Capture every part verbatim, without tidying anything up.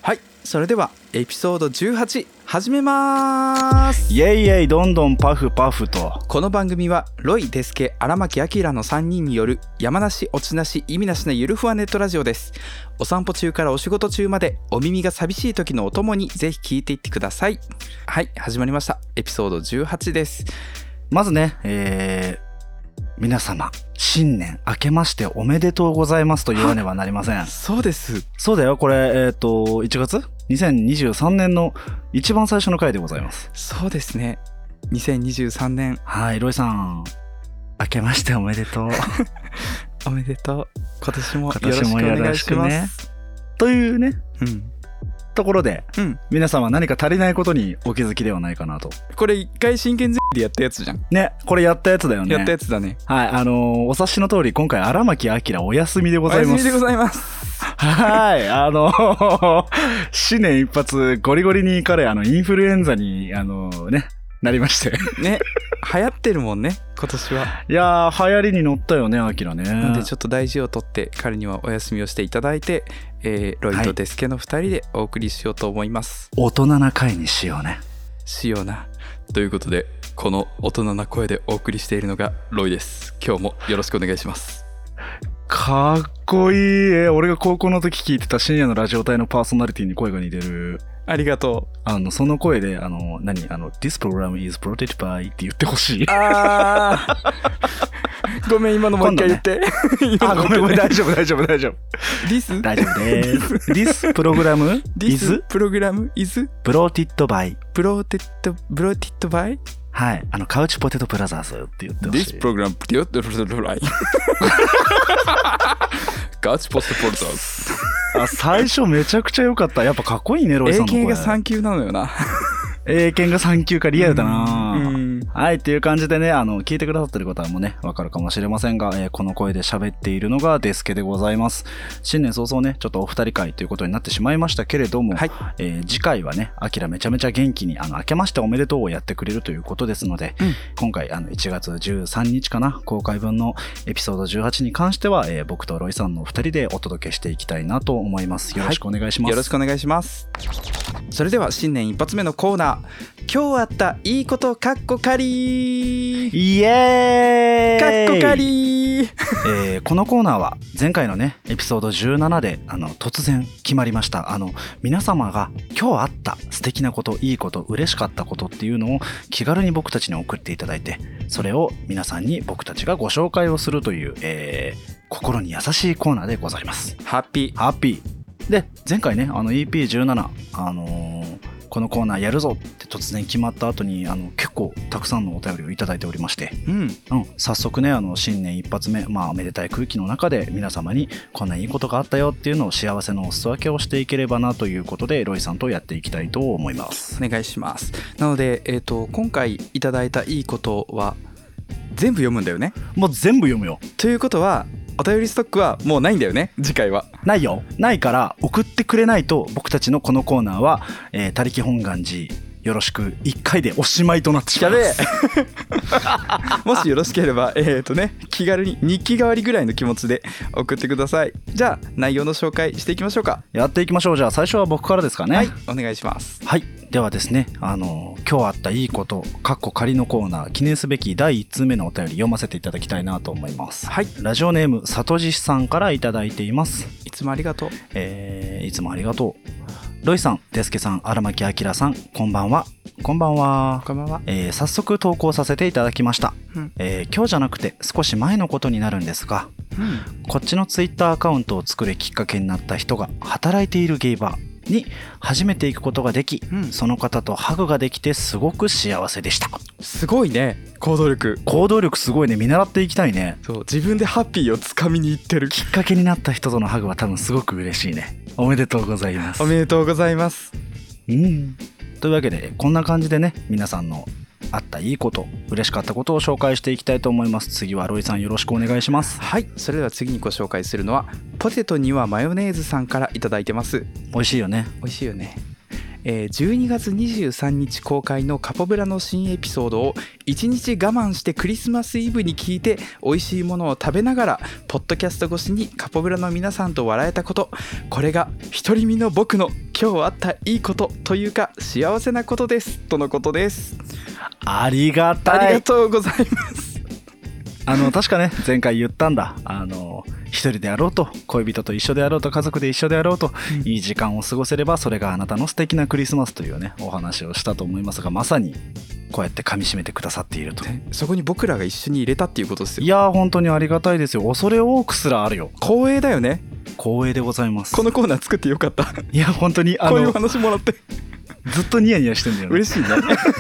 はい、それではエピソードじゅうはち始めます。 イエイイエイどんどんパフパフと。 この番組はロイ、デスケ、荒牧明のさんにんによる山なし、落ちなし、意味なしなゆるふわネットラジオです。お散歩中からお仕事中までお耳が寂しい時のお供にぜひ聞いていってください。はい、始まりました。エピソードじゅうはちです。 まずね、えー皆様新年明けましておめでとうございますと言わねばなりません。 そうです。 そうだよ、これえっといちがつにせんにじゅうさんねんの一番最初の回でございます。 そうですね、にせんにじゅうさんねん。 はい、ロイさん明けましておめでとうおめでとう。今年もよ今ろしくお年もよろ願いします、 しくね。というね、 うんところで、 うん、 皆様何か足りないことにお気づきではないかなと。 これ一回真剣でやったやつじゃん。 ね、これやったやつだよね。 やったやつだね。 はい、あのー、お察しの通り今回荒牧明お休みでございます。 お休みでございますはい、あのー、新年一発ゴリゴリに彼あのインフルエンザにあのー、ねなりましてね、流行ってるもんね今年は。 いやー流行りに乗ったよね、アキラね。 なのでちょっと大事を取って彼にはお休みをしていただいて、えー、ロイとデスケのふたりでお送りしようと思います、 はい、大人な回にしようね。 しような。ということでこの大人な声でお送りしているのがロイです。今日もよろしくお願いします。 かっこいい。え俺が高校の時聞いてた深夜のラジオ隊のパーソナリティに声が似てる。 ありがとう。 あのその声であの何あの This program is protected by って言ってほしい。 あーごめん、今のもう一回言って、ね、 あごめんごめん、大丈夫大丈夫大丈夫。 This? 大丈夫です This program is program is protected by protected protected by はい、あのカウチポテトプラザーズって言ってほしい。 This program protected by カウチポテトプラザーズ。 あ、最初めちゃくちゃ良かった。やっぱかっこいいね、ロイさんの声。 英検がさん級なのよな。 英検がさん級か、リアルだな。 うん、 はい、っていう感じでね、あの聞いてくださってる方はもうねわかるかもしれませんが、えー、この声で喋っているのがデスケでございます。新年早々ねちょっとお二人会ということになってしまいましたけれども、はい、えー、次回はねアキラめちゃめちゃ元気にあの明けましておめでとうをやってくれるということですので、うん、今回あのいちがつじゅうさんにちかな公開分のエピソードじゅうはちに関しては、えー、僕とロイさんのふたりでお届けしていきたいなと思います。よろしくお願いします、はい、 よろしくお願いします。それでは新年一発目のコーナー、今日あったいいことかっこかりイエーイかっこかり、 えー、このコーナーは前回のねエピソードじゅうななであの突然決まりましたあの皆様が今日あった素敵なこと、いいこと、嬉しかったことっていうのを気軽に僕たちに送っていただいて、それを皆さんに僕たちがご紹介をするという、えー、心に優しいコーナーでございます。 ハッピーハッピーで、前回ねあの イーピーじゅうなな あのーこのコーナーやるぞって突然決まった後にあの結構たくさんのお便りをいただいておりまして、うんうん、早速ねあの新年一発目、まあおめでたい空気の中で皆様にこんないいことがあったよっていうのを幸せのお裾分けをしていければなということでロイさんとやっていきたいと思います。 お願いします。なので、えーと、今回いただいたいいことは全部読むんだよね。 もう全部読むよ。 ということはお便りストックはもうないんだよね。次回はないよ。ないから送ってくれないと僕たちのこのコーナーはえー、他力本願寺よろしくいっかいでおしまいとなってしまいますもしよろしければえーとね気軽に日記代わりぐらいの気持ちで送ってください。じゃあ内容の紹介していきましょうか。 やっていきましょう。じゃあ最初は僕からですかね。 はい、お願いします。 はい、ではですねあの今日あったいいことかっこ仮のコーナー、記念すべきだいいっつうめのお便り読ませていただきたいなと思います。はい、ラジオネームさとじしさんからいただいています。 いつもありがとう。 えー、いつもありがとう。ロイさん、デスケさん、荒牧明さん、こんばんは。こんばんは。 こんばんは。 えー、早速投稿させていただきました、うんえー、今日じゃなくて少し前のことになるんですが、うん、こっちのツイッターアカウントを作るきっかけになった人が働いているゲイバーに初めて行くことができ、うん、その方とハグができてすごく幸せでした。 すごいね、行動力行動力すごいね。見習っていきたいね。 そう、自分でハッピーをつかみに行ってる。 きっかけになった人とのハグは多分すごく嬉しいね。おめでとうございます。 おめでとうございます。 うんというわけでこんな感じでね皆さんのあったいいこと嬉しかったことを紹介していきたいと思います。次はロイさんよろしくお願いします。 はい、それでは次にご紹介するのはポテトにはマヨネーズさんからいただいてます。 美味しいよね。 美味しいよね。えー、じゅうにがつにじゅうさんにち公開のカポブラの新エピソードをいちにち我慢してクリスマスイブに聞いて美味しいものを食べながらポッドキャスト越しにカポブラの皆さんと笑えたこと、これが独り身の僕の今日あったいいことというか幸せなことですとのことです。 ありがたい。 ありがとうございます。 あの確かね前回言ったんだ。あの一人であろうと恋人と一緒であろうと家族で一緒であろうと、うん、いい時間を過ごせればそれがあなたの素敵なクリスマスというねお話をしたと思いますが、まさにこうやって噛み締めてくださっていると。 そこに僕らが一緒に入れたっていうことですよ。 いやー本当にありがたいですよ。恐れ多くすらあるよ。 光栄だよね。 光栄でございます。 このコーナー作ってよかった。 いや本当にあのこういう話もらってずっとニヤニヤしてんだよね。 嬉しいね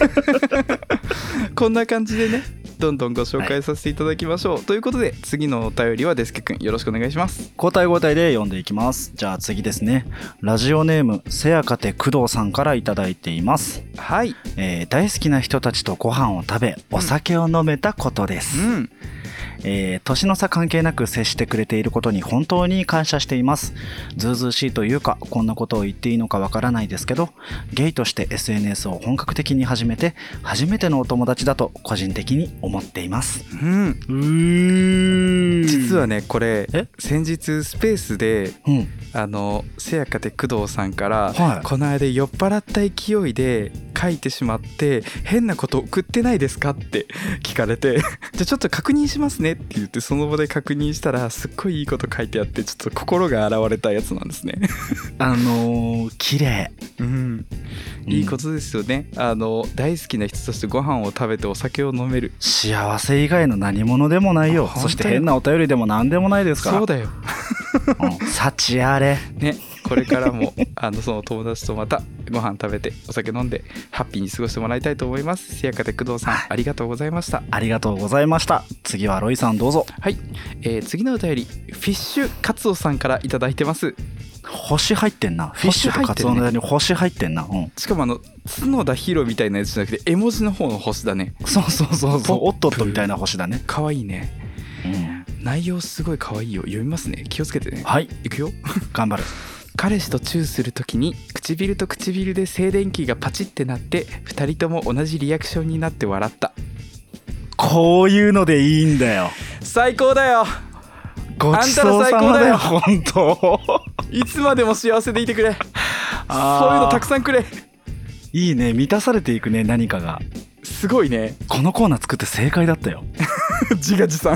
こんな感じでねどんどんご紹介させていただきましょう、はい、ということで次のお便りはデスケくんよろしくお願いします。 交代交代で読んでいきます。じゃあ次ですね。ラジオネームせやかて工藤さんからいただいています。 はい、 えー、大好きな人たちとご飯を食べお酒を飲めたことです、うんえー、年の差関係なく接してくれていることに本当に感謝しています。ずうずうしいというかこんなことを言っていいのかわからないですけど、ゲイとして エスエヌエス を本格的に始めて初めてのお友達だと個人的に思っています。 うん、うーん実はねこれ先日スペースで、うん、あのせやかて工藤さんから、はい、この間酔っ払った勢いで書いてしまって変なこと送ってないですかって聞かれてじゃあちょっと確認しますねって言ってその場で確認したらすっごいいいこと書いてあってちょっと心が洗われたやつなんですねあのー、綺麗、 うん、いいことですよね、うん、あの大好きな人としてご飯を食べてお酒を飲める幸せ以外の何物でもないよ。そして変なお便りでも何でもないですから。 そうだよ、 うん、幸あれね。これからもあのその友達とまたご飯食べてお酒飲んでハッピーに過ごしてもらいたいと思います。せやかて工藤さんありがとうございました。 ありがとうございました。次はロイさんどうぞ。 はい、えー、次のお便りフィッシュカツオさんからいただいてます。 星入ってんな。フィッシュとカツオの間に星入ってんな、うん、 しかもあの角田ヒロみたいなやつじゃなくて絵文字の方の星だね。 そうそうそうそう、オットットみたいな星だね。 かわいいね、うん、内容すごいかわいいよ。読みますね、気をつけてね。 はい、 いくよ頑張る。 彼氏とチューするときに唇と唇で静電気がパチってなってふたりとも同じリアクションになって笑った。 こういうのでいいんだよ。 最高だよ。 ごちそうさまだよ。本当いつまでも幸せでいてくれ。そういうのたくさんくれ。 いいね、満たされていくね、何かが。 すごいね。 このコーナー作って正解だったよ自画自賛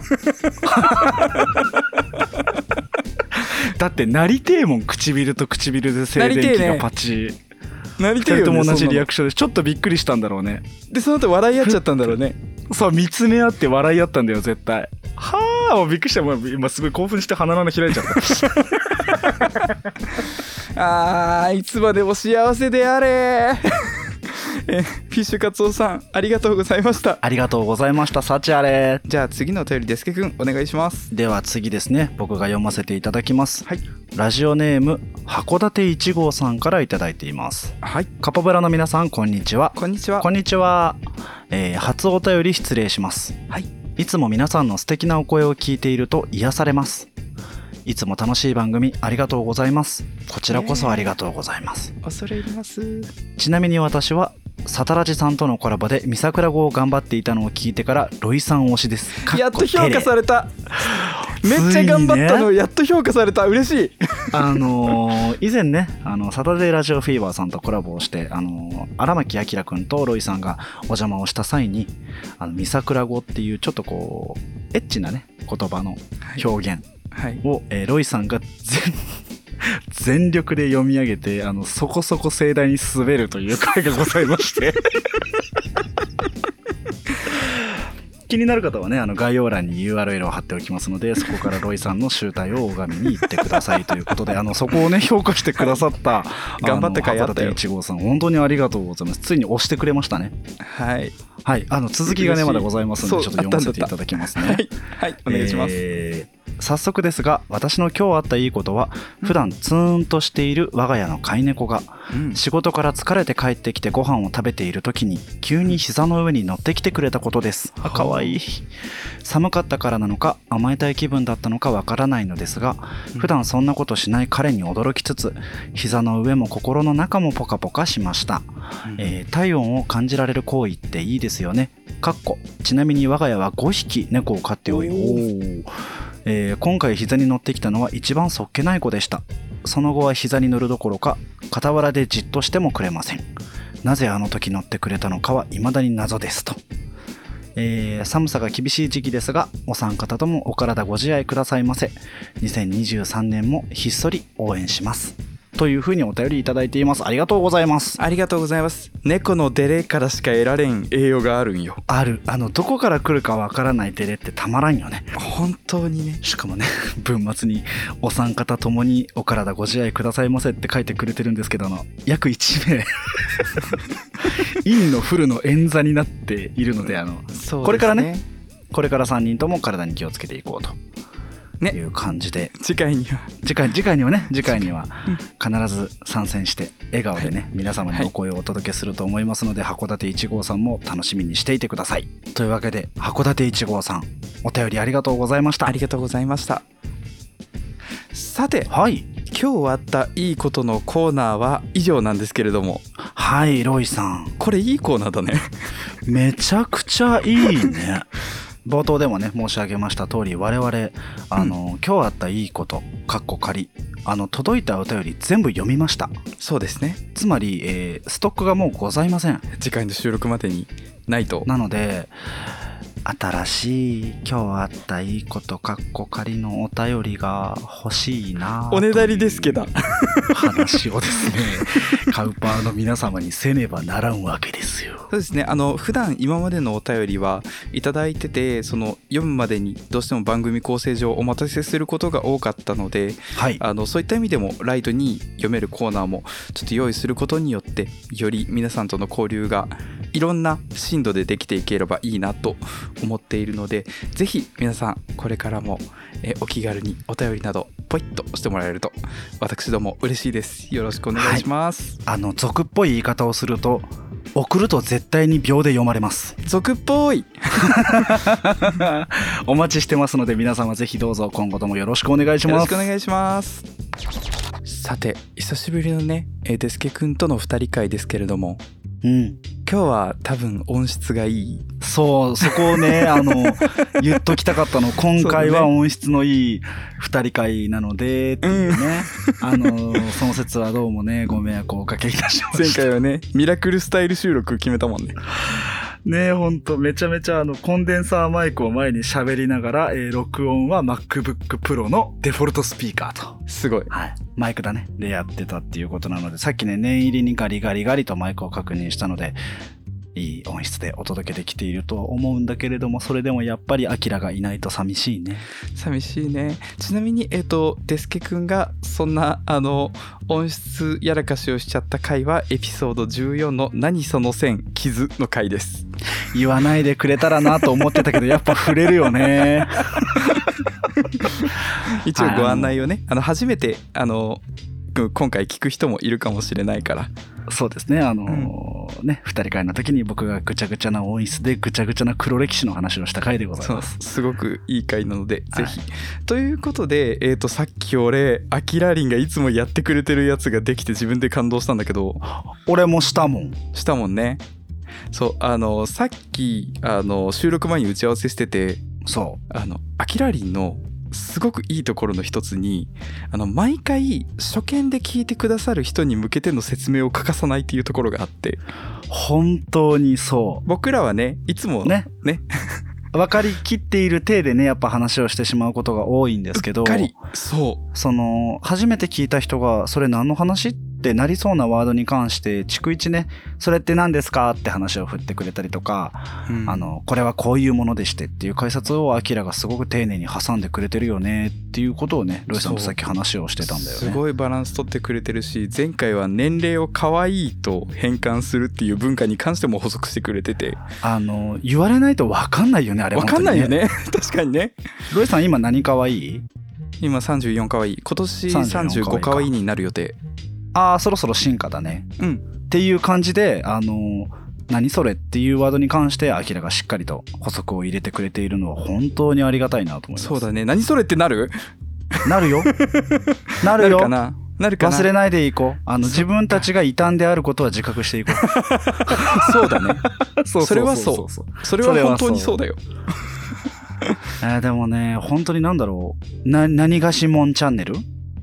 だってなりてえもん、唇と唇で静電気がパチ。 なりてえよね。ふたりとも同じリアクションでちょっとびっくりしたんだろうね。 でその後笑い合っちゃったんだろうね。 そう、見つめ合って笑い合ったんだよ絶対。はあ、もうびっくりした。もう今すごい興奮して鼻の穴開いちゃったあー、いつまでも幸せであれえフィッシュカツオさんありがとうございました。 ありがとうございました。幸あれ。 じゃあ次のお便りデスケくんお願いします。 では次ですね、僕が読ませていただきます。 はい、 ラジオネーム函館いち号さんからいただいています。 はい、 カポブラの皆さんこんにちは。 こんにちは。 こんにちは、えー、初お便り失礼します。 はい、 いつも皆さんの素敵なお声を聞いていると癒されます。いつも楽しい番組ありがとうございます。こちらこそありがとうございます。 えー、恐れ入ります。 ちなみに私はサタラジさんとのコラボでミサクラ語を頑張っていたのを聞いてからロイさん推しです。 やっと評価された。めっちゃ頑張ったの、ね、やっと評価された。嬉しい。 あのー、以前ねあのサタデーラジオフィーバーさんとコラボをして、あのー、荒牧明君とロイさんがお邪魔をした際にあのミサクラ語っていうちょっとこうエッチなね言葉の表現を、はいはいえー、ロイさんが全全力で読み上げて、あのそこそこ盛大に滑るという回がございまして気になる方はね、あの概要欄に ユーアールエル を貼っておきますので、そこからロイさんの集大を拝みに行ってくださいということで、あのそこをね評価してくださった頑張って回あったよ。 いち号さん本当にありがとうございます。ついに押してくれましたね。 はいはい、あの続きがねまだございますのでちょっと読ませていただきますね。 はい、はい、お願いします。 えー早速ですが、私の今日あったいいことは、普段ツーンとしている我が家の飼い猫が、うん、仕事から疲れて帰ってきてご飯を食べている時に急に膝の上に乗ってきてくれたことです。あ、かわいい。寒かったからなのか甘えたい気分だったのかわからないのですが、普段そんなことしない彼に驚きつつ、膝の上も心の中もポカポカしました。うんえー、体温を感じられる行為っていいですよね。かっこちなみに我が家はごひき猫を飼っており、おーえー、今回膝に乗ってきたのは一番そっけない子でした。 その後は膝に乗るどころか傍らでじっとしてもくれません。なぜあの時乗ってくれたのかは未だに謎ですと。えー、寒さが厳しい時期ですが、お三方ともお体ご自愛くださいませ。にせんにじゅうさんねんもひっそり応援します。というふうにお便りいただいています。ありがとうございます。 ありがとうございます。猫のデレからしか得られん栄養があるんよ。 ある。あのどこから来るかわからないデレってたまらんよね。 本当にね。 しかもね、文末にお三方ともにお体ご自愛くださいませって書いてくれてるんですけど、あの約いち名陰のフルの演座になっているので、あのそうですね、これからね、これからさんにんとも体に気をつけていこうと。ね、いう感じで次回には次回次回にはね次回には必ず参戦して笑顔でね、はい、皆様にお声をお届けすると思いますので、はい、函館いち号さんも楽しみにしていてください。というわけで函館いち号さん、お便りありがとうございました。 ありがとうございました。さて、 はい、 今日あったいいことのコーナーは以上なんですけれども。 はい、ロイさん、 これいいコーナーだねめちゃくちゃいいね冒頭でもね申し上げました通り、我々あの、うん、今日あったいいことかっこ仮、あの届いたお便り全部読みました。 そうですね。 つまり、えー、ストックがもうございません。 次回の収録までにないと。 なので新しい今日あったいいことかっこ仮のお便りが欲しいな。 おねだりですけど話をですねカウパーの皆様にせねばならんわけですよ。 そうですね。あの普段今までのお便りはいただいてて、その読むまでにどうしても番組構成上お待たせすることが多かったので、はい、あのそういった意味でもライトに読めるコーナーもちょっと用意することによって、より皆さんとの交流がいろんな深度でできていければいいなと思っているので、ぜひ皆さんこれからもえお気軽にお便りなどポイッとしてもらえると私ども嬉しいです。よろしくお願いします。 はい、あの俗っぽい言い方をすると、送ると絶対に秒で読まれます。 俗っぽいお待ちしてますので、皆様ぜひどうぞ今後ともよろしくお願いします。 よろしくお願いします。さて、久しぶりのねデスケくんとの二人会ですけれども、 うん、 今日は多分音質がいい。 そう、そこをねあの言っときたかったの。今回は音質のいい二人会なのでっていうね、うん、あのその説はどうもねご迷惑をおかけいたしました。 前回はねミラクルスタイル収録決めたもんね。 ねえ、ほんとめちゃめちゃあのコンデンサーマイクを前に喋りながら、えー、録音は MacBook Pro のデフォルトスピーカーと、 すごい、 はい、マイクだねでやってたっていうことなので、さっきね念入りにガリガリガリとマイクを確認したので、いい音質でお届けできているとは思うんだけれども、それでもやっぱりアキラがいないと寂しいね。 寂しいね。ちなみにえっとデスケくんがそんなあの音質やらかしをしちゃった回はエピソードじゅうよんの何その線傷の回です。 言わないでくれたらなと思ってたけどやっぱ触れるよね一応ご案内をね、あの初めてあの今回聞く人もいるかもしれないから。 そうですね、あのーうん、ねふたり会の時に僕がぐちゃぐちゃな音質でぐちゃぐちゃな黒歴史の話をした回でございます。 すごくいい回なので、はい、ぜひということで、えーとさっき俺アキラリンがいつもやってくれてるやつができて自分で感動したんだけど、 俺もしたもんしたもんね。そう、あのさっきあの収録前に打ち合わせしてて、 そうあのアキラリンのすごくいいところの一つに、あの毎回初見で聞いてくださる人に向けての説明を欠かさないっていうところがあって、 本当にそう。 僕らはねいつもねね分かりきっている体でねやっぱ話をしてしまうことが多いんですけど、 うっかりそうその初めて聞いた人がそれ何の話ってなりそうなワードに関して逐一ねそれって何ですかって話を振ってくれたりとか、うん、あのこれはこういうものでしてっていう解説をアキラがすごく丁寧に挟んでくれてるよねっていうことをねロイさんとさっき話をしてたんだよね。 すごいバランス取ってくれてるし、前回は年齢を可愛いと変換するっていう文化に関しても補足してくれてて、 あの言われないと分かんないよねあれ。 分かんないよね確かにね。 ロイさん今何可愛い？ 今さんじゅうよん可愛い。今年さんじゅうご可愛いになる予定。 ああそろそろ進化だね、うん、っていう感じで、あの何それっていうワードに関してアキラがしっかりと補足を入れてくれているのは本当にありがたいなと思います。 そうだね。何それってなるなるよなるよ。なるかななるかな。 忘れないでいこう。あの自分たちが異端であることは自覚していこうそうだねそうそれはそうそれは本当にそうだよえー、でもね本当になんだろうな、何がしもんチャンネル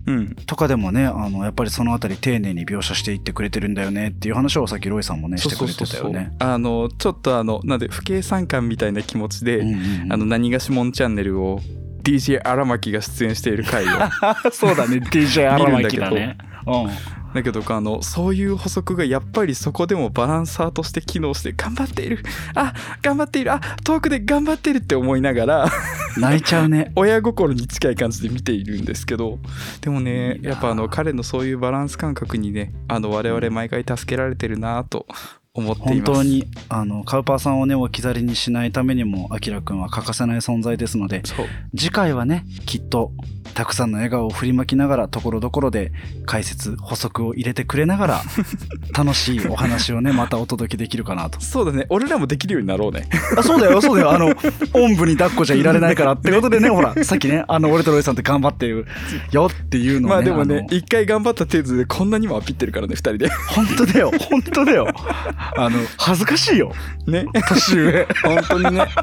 うん、とかでもね、あのやっぱりそのあたり丁寧に描写していってくれてるんだよねっていう話をさっきロイさんもねしてくれてたよね。そうそうそうそう、 あのちょっとあのなんで不敬参観みたいな気持ちで、うんうんうん、あの何がしもんチャンネルを ディージェー 荒牧が出演している回をそうだね ディージェー 荒牧だね。うんだけどあのそういう補足がやっぱりそこでもバランサーとして機能して頑張っている、あ頑張っている、あ遠くで頑張ってるって思いながら泣いちゃうね親心に近い感じで見ているんですけど、でもねやっぱあの彼のそういうバランス感覚にねあの我々毎回助けられてるなと思っています。 本当にあのカウパーさんをね置き去りにしないためにもアキラくんは欠かせない存在ですので、次回はねきっとたくさんの笑顔を振りまきながらところどころで解説補足を入れてくれながら楽しいお話をねまたお届けできるかなと。 そうだね、俺らもできるようになろうね。 あそうだよそうだよ、あのおんぶに抱っこじゃいられないからってことでねほらさっきねあの俺とロイさんって頑張ってるよっていうのをね、 まあでもね一回頑張った程度でこんなにもアピってるからねふたりで。 本当だよ本当だよあの恥ずかしいよね年上本当にね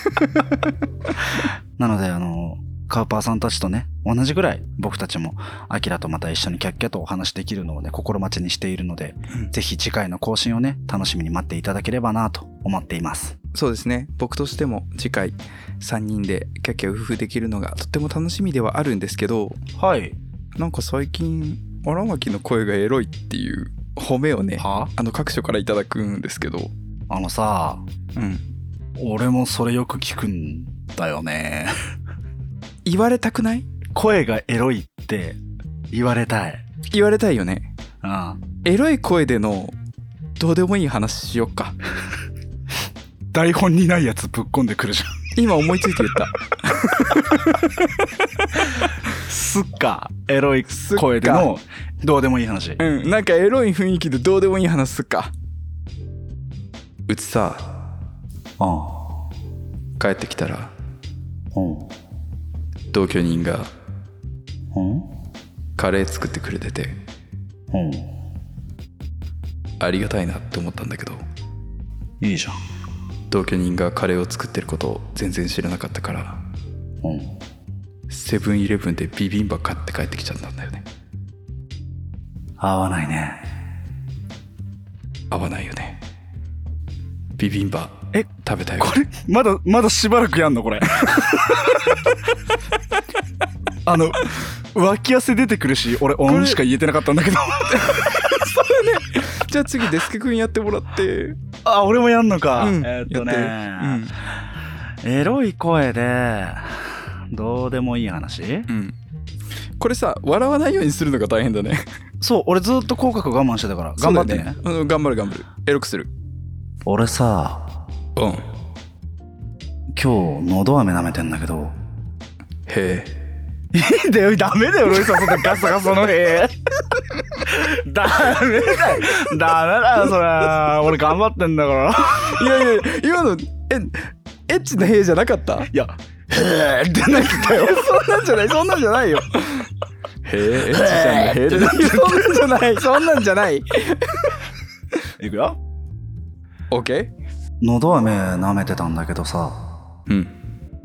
なのであのカウパーさんたちとね同じぐらい僕たちもアキラとまた一緒にキャッキャとお話できるのをね心待ちにしているので、うん、ぜひ次回の更新をね楽しみに待っていただければなと思っています。 そうですね、僕としても次回さんにんでキャッキャウフフできるのがとっても楽しみではあるんですけど、 はい、 なんか最近荒牧の声がエロいっていう褒めをねあの各所からいただくんですけど、 あのさ、 うん、 俺もそれよく聞くんだよね言われたくない？ 声がエロいって言われたい。 言われたいよね。 ああ、 エロい声でのどうでもいい話しよっか台本にないやつぶっこんでくるじゃん。 今思いついて言ったすっかエロい声でのどうでもいい話。 うん、なんかエロい雰囲気でどうでもいい話すっか。うちさ、 ああ、 帰ってきたら、 うん、 同居人が、 うん、 カレー作ってくれてて、 うん、 ありがたいなって思ったんだけど、 いいじゃん。 同居人がカレーを作ってることを全然知らなかったから、 うん、 セブンイレブンでビビンバ買って帰ってきちゃったんだよね。 合わないね。 合わないよね。ビビンバえ食べたよ。 これまだまだしばらくやんのこれあの脇汗出てくるし、俺オンしか言えてなかったんだけどそうね。じゃあ次デスケ君やってもらって。 あ、俺もやんのか、 うん、 えー、っとね、うん、エロい声でどうでもいい話、うん、 これさ笑わないようにするのが大変だね。 そう、俺ずっと口角我慢してたから頑張ってね。 うん、頑張る頑張る。エロくする。 俺さ、 うん、 今日のど飴舐めてんだけど。 へえだよ、ダメだよロイさん、そんなガサガサのへえダメだよダメだよそれ、俺頑張ってんだからいやいや今のえエッチなへえじゃなかった？ いやへえってなったよそんなんじゃないそんなんじゃないよ。へえエッチじゃないへえじゃないそんなんじゃないそんなんじゃないいくよ。 オッケー。 のど飴舐めてたんだけどさ、 うん、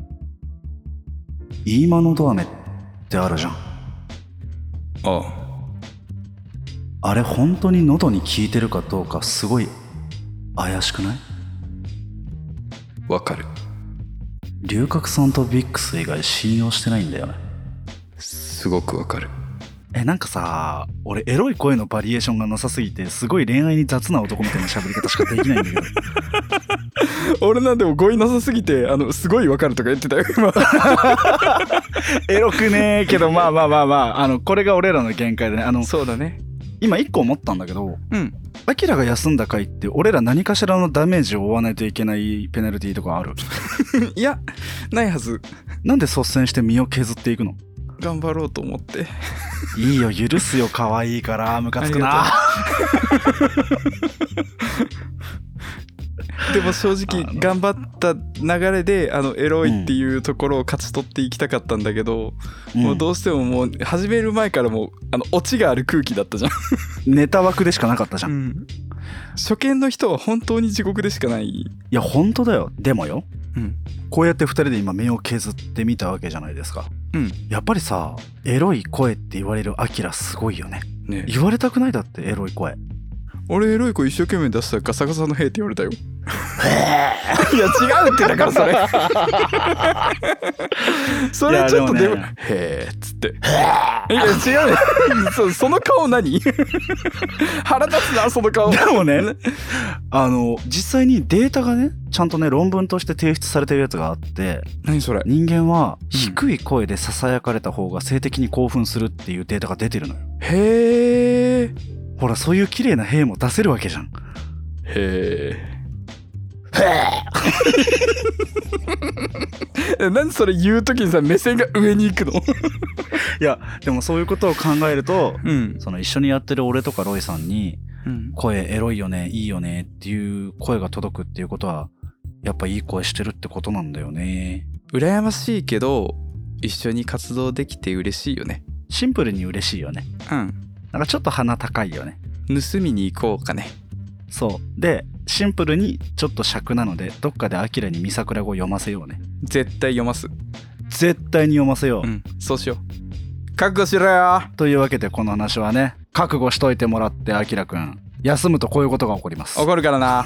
今のど飴ってあるじゃん。 ああ、 あれ本当に喉に効いてるかどうかすごい怪しくない？ わかる。 龍角散とビックス以外信用してないんだよね。 すごくわかる。 え、なんかさ、俺エロい声のバリエーションがなさすぎてすごい恋愛に雑な男みたいな喋り方しかできないんだけど俺なんでも語彙なさすぎてあのすごいわかるとか言ってたよ今エロくねーけどまあまあまあまあ、あのこれが俺らの限界でね。あのそうだね。 今一個思ったんだけど、 うん、 アキラが休んだ回って俺ら何かしらのダメージを負わないといけないペナルティとかある？ いやないはず。 なんで率先して身を削っていくの？ 頑張ろうと思って。 いいよ許すよ、可愛いからムカつくなでも正直頑張った流れであのエロいっていうところを勝ち取っていきたかったんだけど、うん、もうどうしてももう始める前からもうあのオチがある空気だったじゃんネタ枠でしかなかったじゃん、うん、 初見の人は本当に地獄でしかない。いや本当だよ。でもよ、 うん、 こうやってふたりで今目を削ってみたわけじゃないですか、うん、やっぱりさエロい声って言われるアキラすごいよ ね, ね言われたくない？だってエロい声。 俺エロい声一生懸命出したらガサガサの兵って言われたよ。いや違うってだからそれそれちょっとでも、ね、へーっつっていや違うねそ, その顔何腹立つなその顔。 でもねあの実際にデータがねちゃんとね論文として提出されてるやつがあって、 何それ？ 人間は低い声でささやかれた方が性的に興奮するっていうデータが出てるのよ。 へー、 ほらそういう綺麗な兵も出せるわけじゃん。 へーなんでそれ言うときにさ目線が上に行くの？いやでもそういうことを考えると、 うん、 その一緒にやってる俺とかロイさんに、うん、声エロいよねいいよねっていう声が届くっていうことはやっぱいい声してるってことなんだよね。 羨ましいけど一緒に活動できて嬉しいよね。 シンプルに嬉しいよね。 うん、 なんかちょっと鼻高いよね。 盗みに行こうかね。 そうでシンプルにちょっと尺なのでどっかでアキラにミサクラ語読ませようね。 絶対読ます。 絶対に読ませよう。 うん、そうしよう。覚悟しろよ。 というわけでこの話はね覚悟しといてもらって、アキラくん休むとこういうことが起こります。 起こるからな。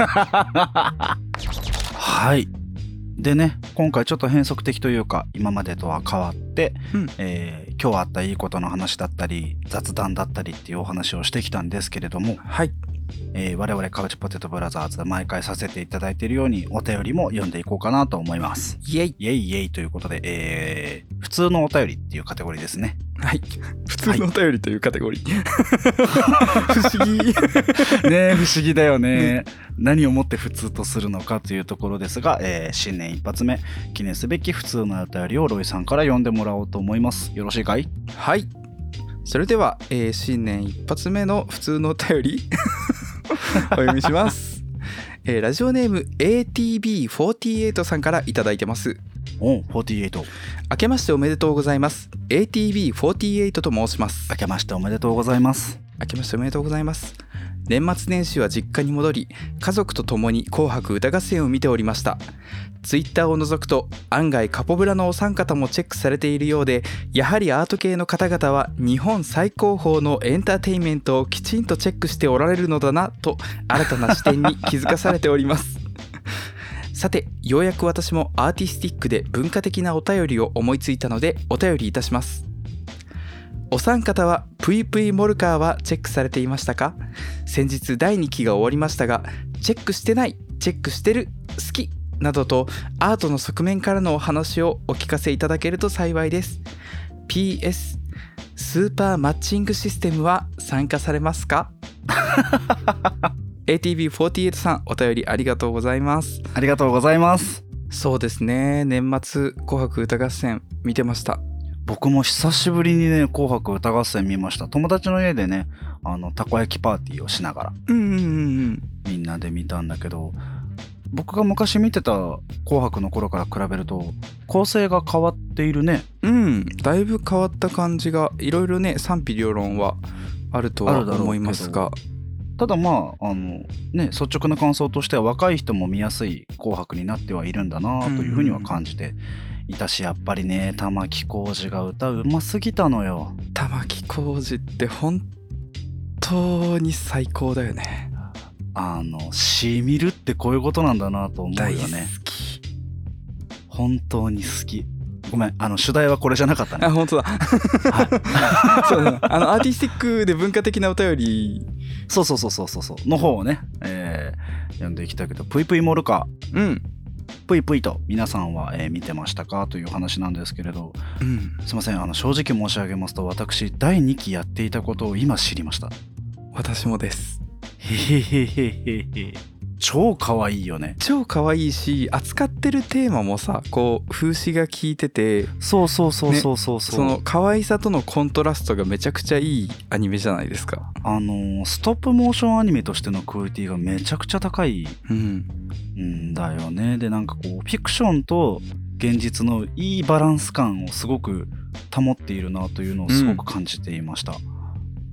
はいでね今回ちょっと変則的というか今までとは変わって、うんえー、今日あったいいことの話だったり雑談だったりっていうお話をしてきたんですけれども、 はいえー、我々カウチポテトブラザーズ毎回させていただいているようにお便りも読んでいこうかなと思います。 イエイイエイイエイということで、えー、普通のお便りっていうカテゴリーですね。 はい普通のお便りというカテゴリー、はい、不思議ね不思議だよね、うん、何をもって普通とするのかというところですが、えー、新年一発目記念すべき普通のお便りをロイさんから読んでもらおうと思います。よろしいかい？ はい、それでは、えー、新年一発目の普通のお便りお読みします、えー、ラジオネーム エーティービーフォーティーエイト さんからいただいてます。 おうフォーティーエイト、 明けましておめでとうございます。 エーティービーフォーティーエイト と申します。 明けましておめでとうございます。 明けましておめでとうございます。年末年始は実家に戻り家族と共に紅白歌合戦を見ておりました。ツイッターを除くと案外カポブラのお三方もチェックされているようで、やはりアート系の方々は日本最高峰のエンターテインメントをきちんとチェックしておられるのだなと新たな視点に気づかされておりますさてようやく私もアーティスティックで文化的なお便りを思いついたのでお便りいたします。お三方はぷいぷいモルカーはチェックされていましたか？先日だいにきが終わりましたが、チェックしてない、チェックしてる、好きなどとアートの側面からのお話をお聞かせいただけると幸いです。 ピーエス スーパーマッチングシステムは参加されますか？エーティービーフォーティーエイト さんお便りありがとうございます。 ありがとうございます。 そうですね、年末紅白歌合戦見てました。 僕も久しぶりにね紅白歌合戦見ました。友達の家でねあのたこ焼きパーティーをしながら、 うんうんうんうん、 みんなで見たんだけど、僕が昔見てた紅白の頃から比べると構成が変わっているね。 うんだいぶ変わった感じがいろいろね賛否両論はあるとは思いますが、 ただまああのね率直な感想としては若い人も見やすい紅白になってはいるんだなというふうには感じていたし、やっぱりね玉置浩二が歌うますぎたのよ。 玉置浩二って本当に最高だよね。 あのしみるってこういうことなんだなと思うよね。 大好き、 本当に好き。ごめんあの主題はこれじゃなかったね。 あ本当だ、はい、そうだあのアーティスティックで文化的なお便りそうそうそうそうそうの方をね、えー、読んでいきたいけど、ぷいぷいモルカー、 うんぷいぷいと皆さんは、えー、見てましたかという話なんですけれど、 うん、 すいませんあの正直申し上げますと私だいにきやっていたことを今知りました。 私もです。 へへへへへへ超可愛いよね。 超可愛いし扱ってるテーマもさこう風刺が効いてて、 そうそうそうそうそうそう、 ね、その可愛さとのコントラストがめちゃくちゃいいアニメじゃないですか。 あのストップモーションアニメとしてのクオリティがめちゃくちゃ高いんだよね、うん、でなんかこうフィクションと現実のいいバランス感をすごく保っているなというのをすごく感じていました、うん、っ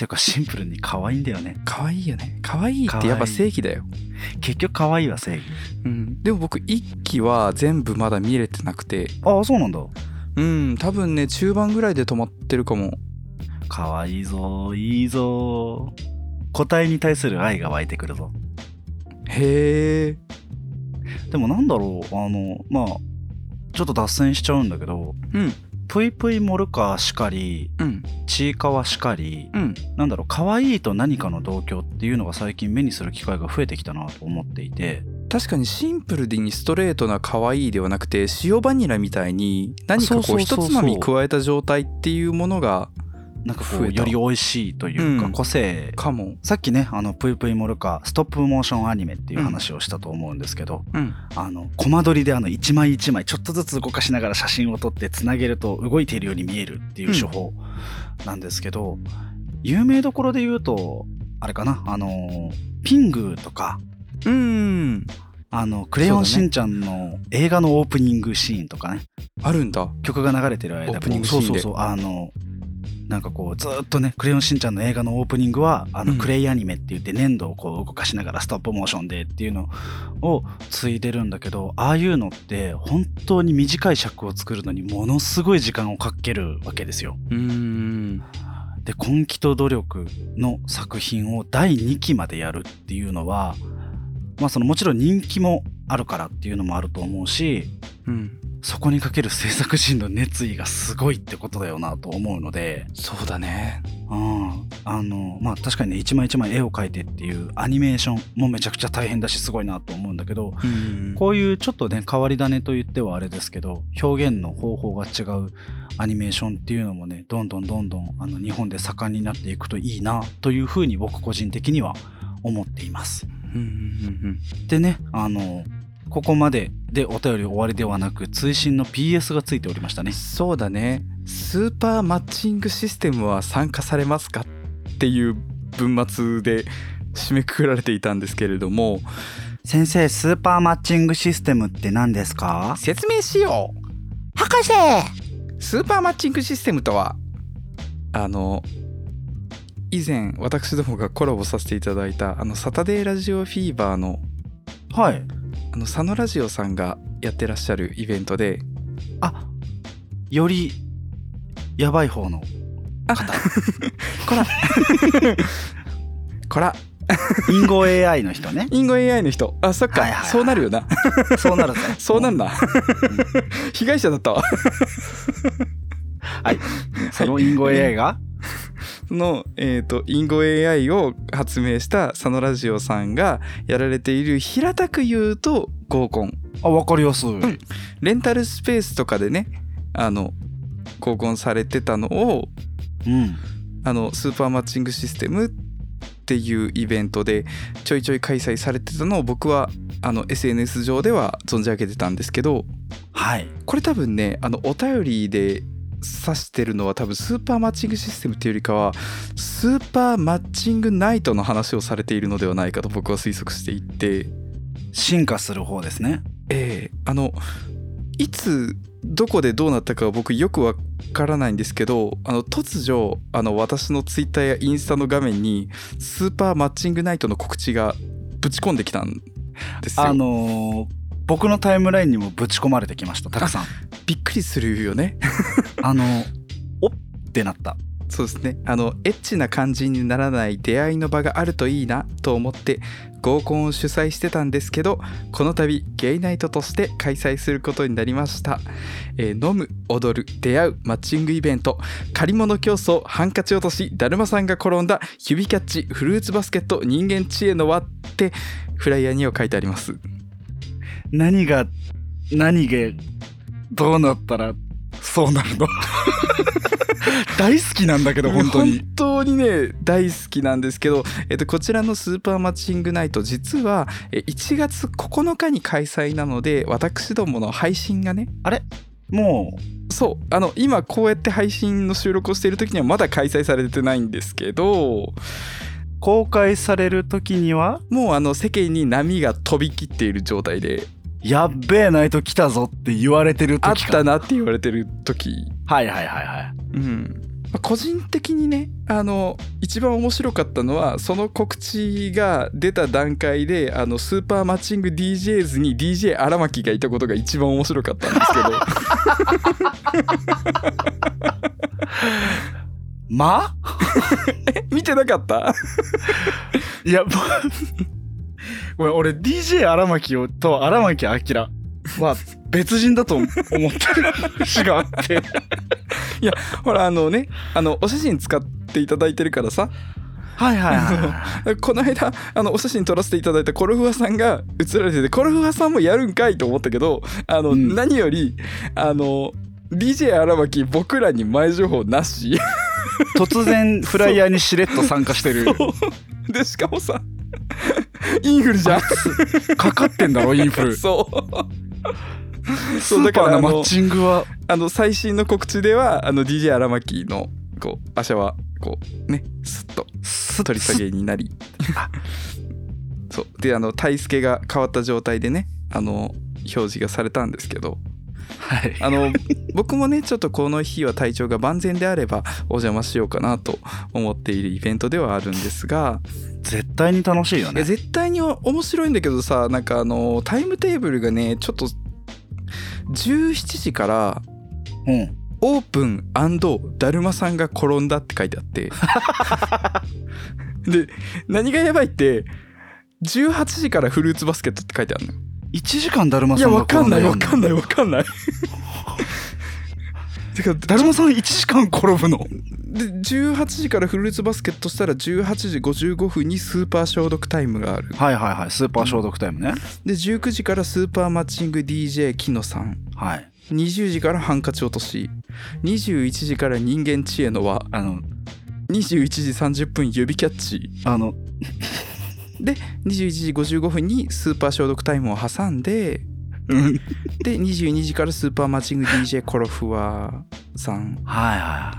ていうかシンプルに可愛いんだよね。 可愛いよね。可愛いってやっぱ正義だよ。 結局可愛いは正義。 うん。でも僕いっきは全部まだ見れてなくて。 ああ、そうなんだ。 うん、多分ね中盤ぐらいで止まってるかも。 可愛いぞ、いいぞ。個体に対する愛が湧いてくるぞ。 へえ。 でもなんだろう、あのまあちょっと脱線しちゃうんだけど、 うん。 ぷいぷいモルカーしかり、 うん、 ちいかわしかり、 うん、 なんだろう、可愛いと何かの同居っていうのが最近目にする機会が増えてきたなと思っていて。 確かにシンプルでにストレートな可愛いではなくて、塩バニラみたいに何かこう一つまみ加えた状態っていうものがなんかこうより美味しいというか、個性かも。 さっきねあのぷいぷいモルカーストップモーションアニメっていう話をしたと思うんですけど、 うん、 あのコマ撮りであの一枚一枚ちょっとずつ動かしながら写真を撮ってつなげると動いているように見えるっていう手法なんですけど、うん、有名どころで言うとあれかな、あのピングとか、 うーんあのクレヨンしんちゃんの映画のオープニングシーンとかね、 あるんだ。 曲が流れてる間、 オープニングシーンで、 そうそうそう、あのなんかこうずっとねクレヨンしんちゃんの映画のオープニングはあのクレイアニメって言って粘土をこう動かしながらストップモーションでっていうのを継いでるんだけど、ああいうのって本当に短い尺を作るのにものすごい時間をかけるわけですよ。 うーんで根気と努力の作品をだいにきまでやるっていうのは、まあそのもちろん人気もあるからっていうのもあると思うし、 うん、 そこにかける制作陣の熱意がすごいってことだよなと思うので。 そうだね。 うん、あのまあ確かにね一枚一枚絵を描いてっていうアニメーションもめちゃくちゃ大変だしすごいなと思うんだけど、 うん、 こういうちょっとね変わり種と言ってはあれですけど表現の方法が違うアニメーションっていうのもねどんどんどんどんあの日本で盛んになっていくといいなというふうに僕個人的には思っています。 うんうんうん、 でねあのここまででお便り終わりではなく追伸の ピーエス がついておりましたね。 そうだね。スーパーマッチングシステムは参加されますかっていう文末で締めくくられていたんですけれども、 先生スーパーマッチングシステムって何ですか？ 説明しよう。博士、 スーパーマッチングシステムとはあの以前私どもがコラボさせていただいたあのサタデーラジオフィーバーのはいあの佐野ラジオさんがやってらっしゃるイベントで、 あ、よりやばい方の方こらこらインゴ エーアイ の人ね。 インゴ エーアイ の人。あ、そっか、はいはいはい、そうなるよなそうなるぜそうなんだ、うん、被害者だったわはい、そのインゴ エーアイ がの、えーと、インゴ エーアイ を発明した佐野ラジオさんがやられている平たく言うと合コン。 あ、わかりやすい、うん、 レンタルスペースとかでねあの合コンされてたのを、 うん、 あのスーパーマッチングシステムっていうイベントでちょいちょい開催されてたのを僕はあの エスエヌエス 上では存じ上げてたんですけど、 はい、 これ多分ねあのお便りで指してるのは多分スーパーマッチングシステムっていうよりかはスーパーマッチングナイトの話をされているのではないかと僕は推測していて、 進化する方ですね。 ええー、あのいつどこでどうなったかは僕よくわからないんですけど、あの突如あの私のツイッターやインスタの画面にスーパーマッチングナイトの告知がぶち込んできたんですよ。 あのー、僕のタイムラインにもぶち込まれてきました。たくさん。 びっくりするよねあのおってなった。 そうですね。あのエッチな感じにならない出会いの場があるといいなと思って合コンを主催してたんですけど、この度ゲイナイトとして開催することになりました。えー、飲む、踊る、出会うマッチングイベント、借り物競争、ハンカチ落とし、だるまさんが転んだ、指キャッチ、フルーツバスケット、人間知恵の輪ってフライヤーには書いてあります。 何が何がどうなったらそうなるの大好きなんだけど本当に本当にね大好きなんですけど、えっと、こちらのスーパーマッチングナイト実はいちがつここのかに開催なので、私どもの配信がねあれもうそうあの今こうやって配信の収録をしている時にはまだ開催されてないんですけど、 公開される時にはもうあの世間に波が飛び切っている状態で、 やっべえナイト来たぞって言われてる時か。 あったなって言われてる時。 はいはいはいはい。 うん。 個人的にねあの一番面白かったのはその告知が出た段階であのスーパーマッチング ディージェーズ に ディージェー 荒牧がいたことが一番面白かったんですけどまえ見てなかったいやごめん俺 ディージェー 荒牧をと荒牧明は別人だと思ってる節があっていやほらあのねあのお写真使っていただいてるからさはいはいはい、 この間あのお写真撮らせていただいたコルフワさんが写られててコルフワさんもやるんかいと思ったけどあの、うん、何よりあの ディージェー 荒牧僕らに前情報なし突然フライヤーにしれっと参加してるでしかもさインフルじゃんかかってんだろインフルそうスーパーのマッチングはあの最新の告知ではあの ディージェー 荒牧のこう足はこうねスッと取り下げになりそうであのタイスケが変わった状態でねあの表示がされたんですけど、 はい、 あの僕もねちょっとこの日は体調が万全であればお邪魔しようかなと思っているイベントではあるんですが絶対に楽しいよね。 絶対に面白いんだけどさなんかあのタイムテーブルがねちょっとじゅうしちじから、 うん、 オープン&だるまさんが転んだって書いてあってで何がやばいってじゅうはちじからフルーツバスケットって書いてあるの。 いちじかんだるまさんが転んだ。 いやわかんないわかんないわかんないてかだるまさんいちじかん転ぶのでじゅうはちじからフルーツバスケットしたらじゅうはちじごじゅうごふんにスーパー消毒タイムがある。 はいはいはいスーパー消毒タイムね。 でじゅうくじからスーパーマッチング ディージェー 木野さん、 はい、 にじゅうじからハンカチ落とし、にじゅういちじから人間知恵の輪、 あのにじゅういちじさんじゅっぷん指キャッチ、 あのでにじゅういちじごじゅうごふんにスーパー消毒タイムを挟んででにじゅうにじからスーパーマッチング ディージェー コロフワさん、 はいはい、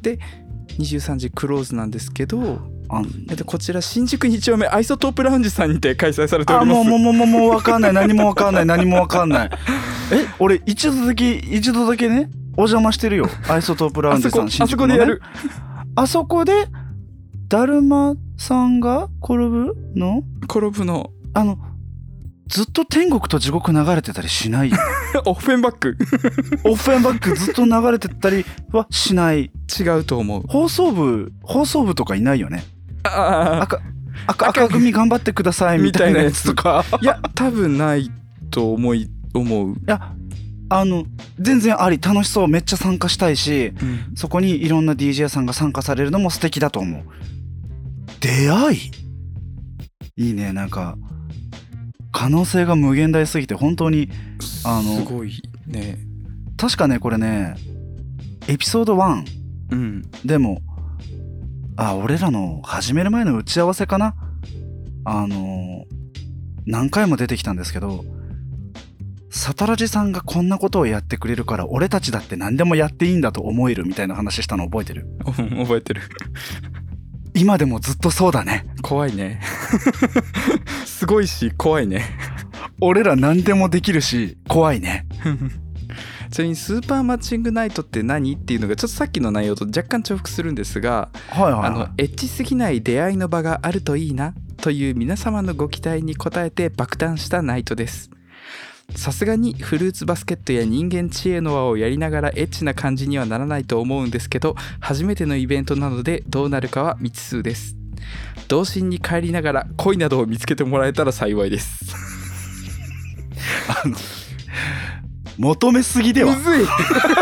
でにじゅうさんじクローズなんですけど、 あえっと、こちら新宿に丁目アイソトープラウンジさんにて開催されております。 あもうもうもうもう分かんない何も分かんない何も分かんないえ俺一度だけ一度だけねお邪魔してるよアイソトープラウンジさん新宿の、ね、 あそこでやるあそこでだるまさんが転ぶの転ぶのあのずっと天国と地獄流れてたりしないオフェンバックオフェンバックずっと流れてたりはしない。 違うと思う。 放送部放送部とかいないよね。 あ赤赤赤組頑張ってくださいみたいなやつとかいや多分ないと思い思う。いやあの全然あり楽しそうめっちゃ参加したいし、 うん、 そこにいろんな ディージェー さんが参加されるのも素敵だと思う。出会いいいね。なんか可能性が無限大すぎて本当にあのすごいね。 確かねこれねエピソードワン、 うん、 でもあ俺らの始める前の打ち合わせかなあの何回も出てきたんですけどサタラジさんがこんなことをやってくれるから俺たちだって何でもやっていいんだと思えるみたいな話したの覚えてる？ 覚えてる今でもずっとそうだね。 怖いねすごいし怖いね俺ら何でもできるし怖いねちなみにスーパーマッチングナイトって何っていうのがちょっとさっきの内容と若干重複するんですが、 はいはいはい、 あのエッチすぎない出会いの場があるといいなという皆様のご期待に応えて爆誕したナイトです。さすがにフルーツバスケットや人間知恵の輪をやりながらエッチな感じにはならないと思うんですけど初めてのイベントなのでどうなるかは未知数です。童心に帰りながら恋などを見つけてもらえたら幸いですあの求めすぎではむずい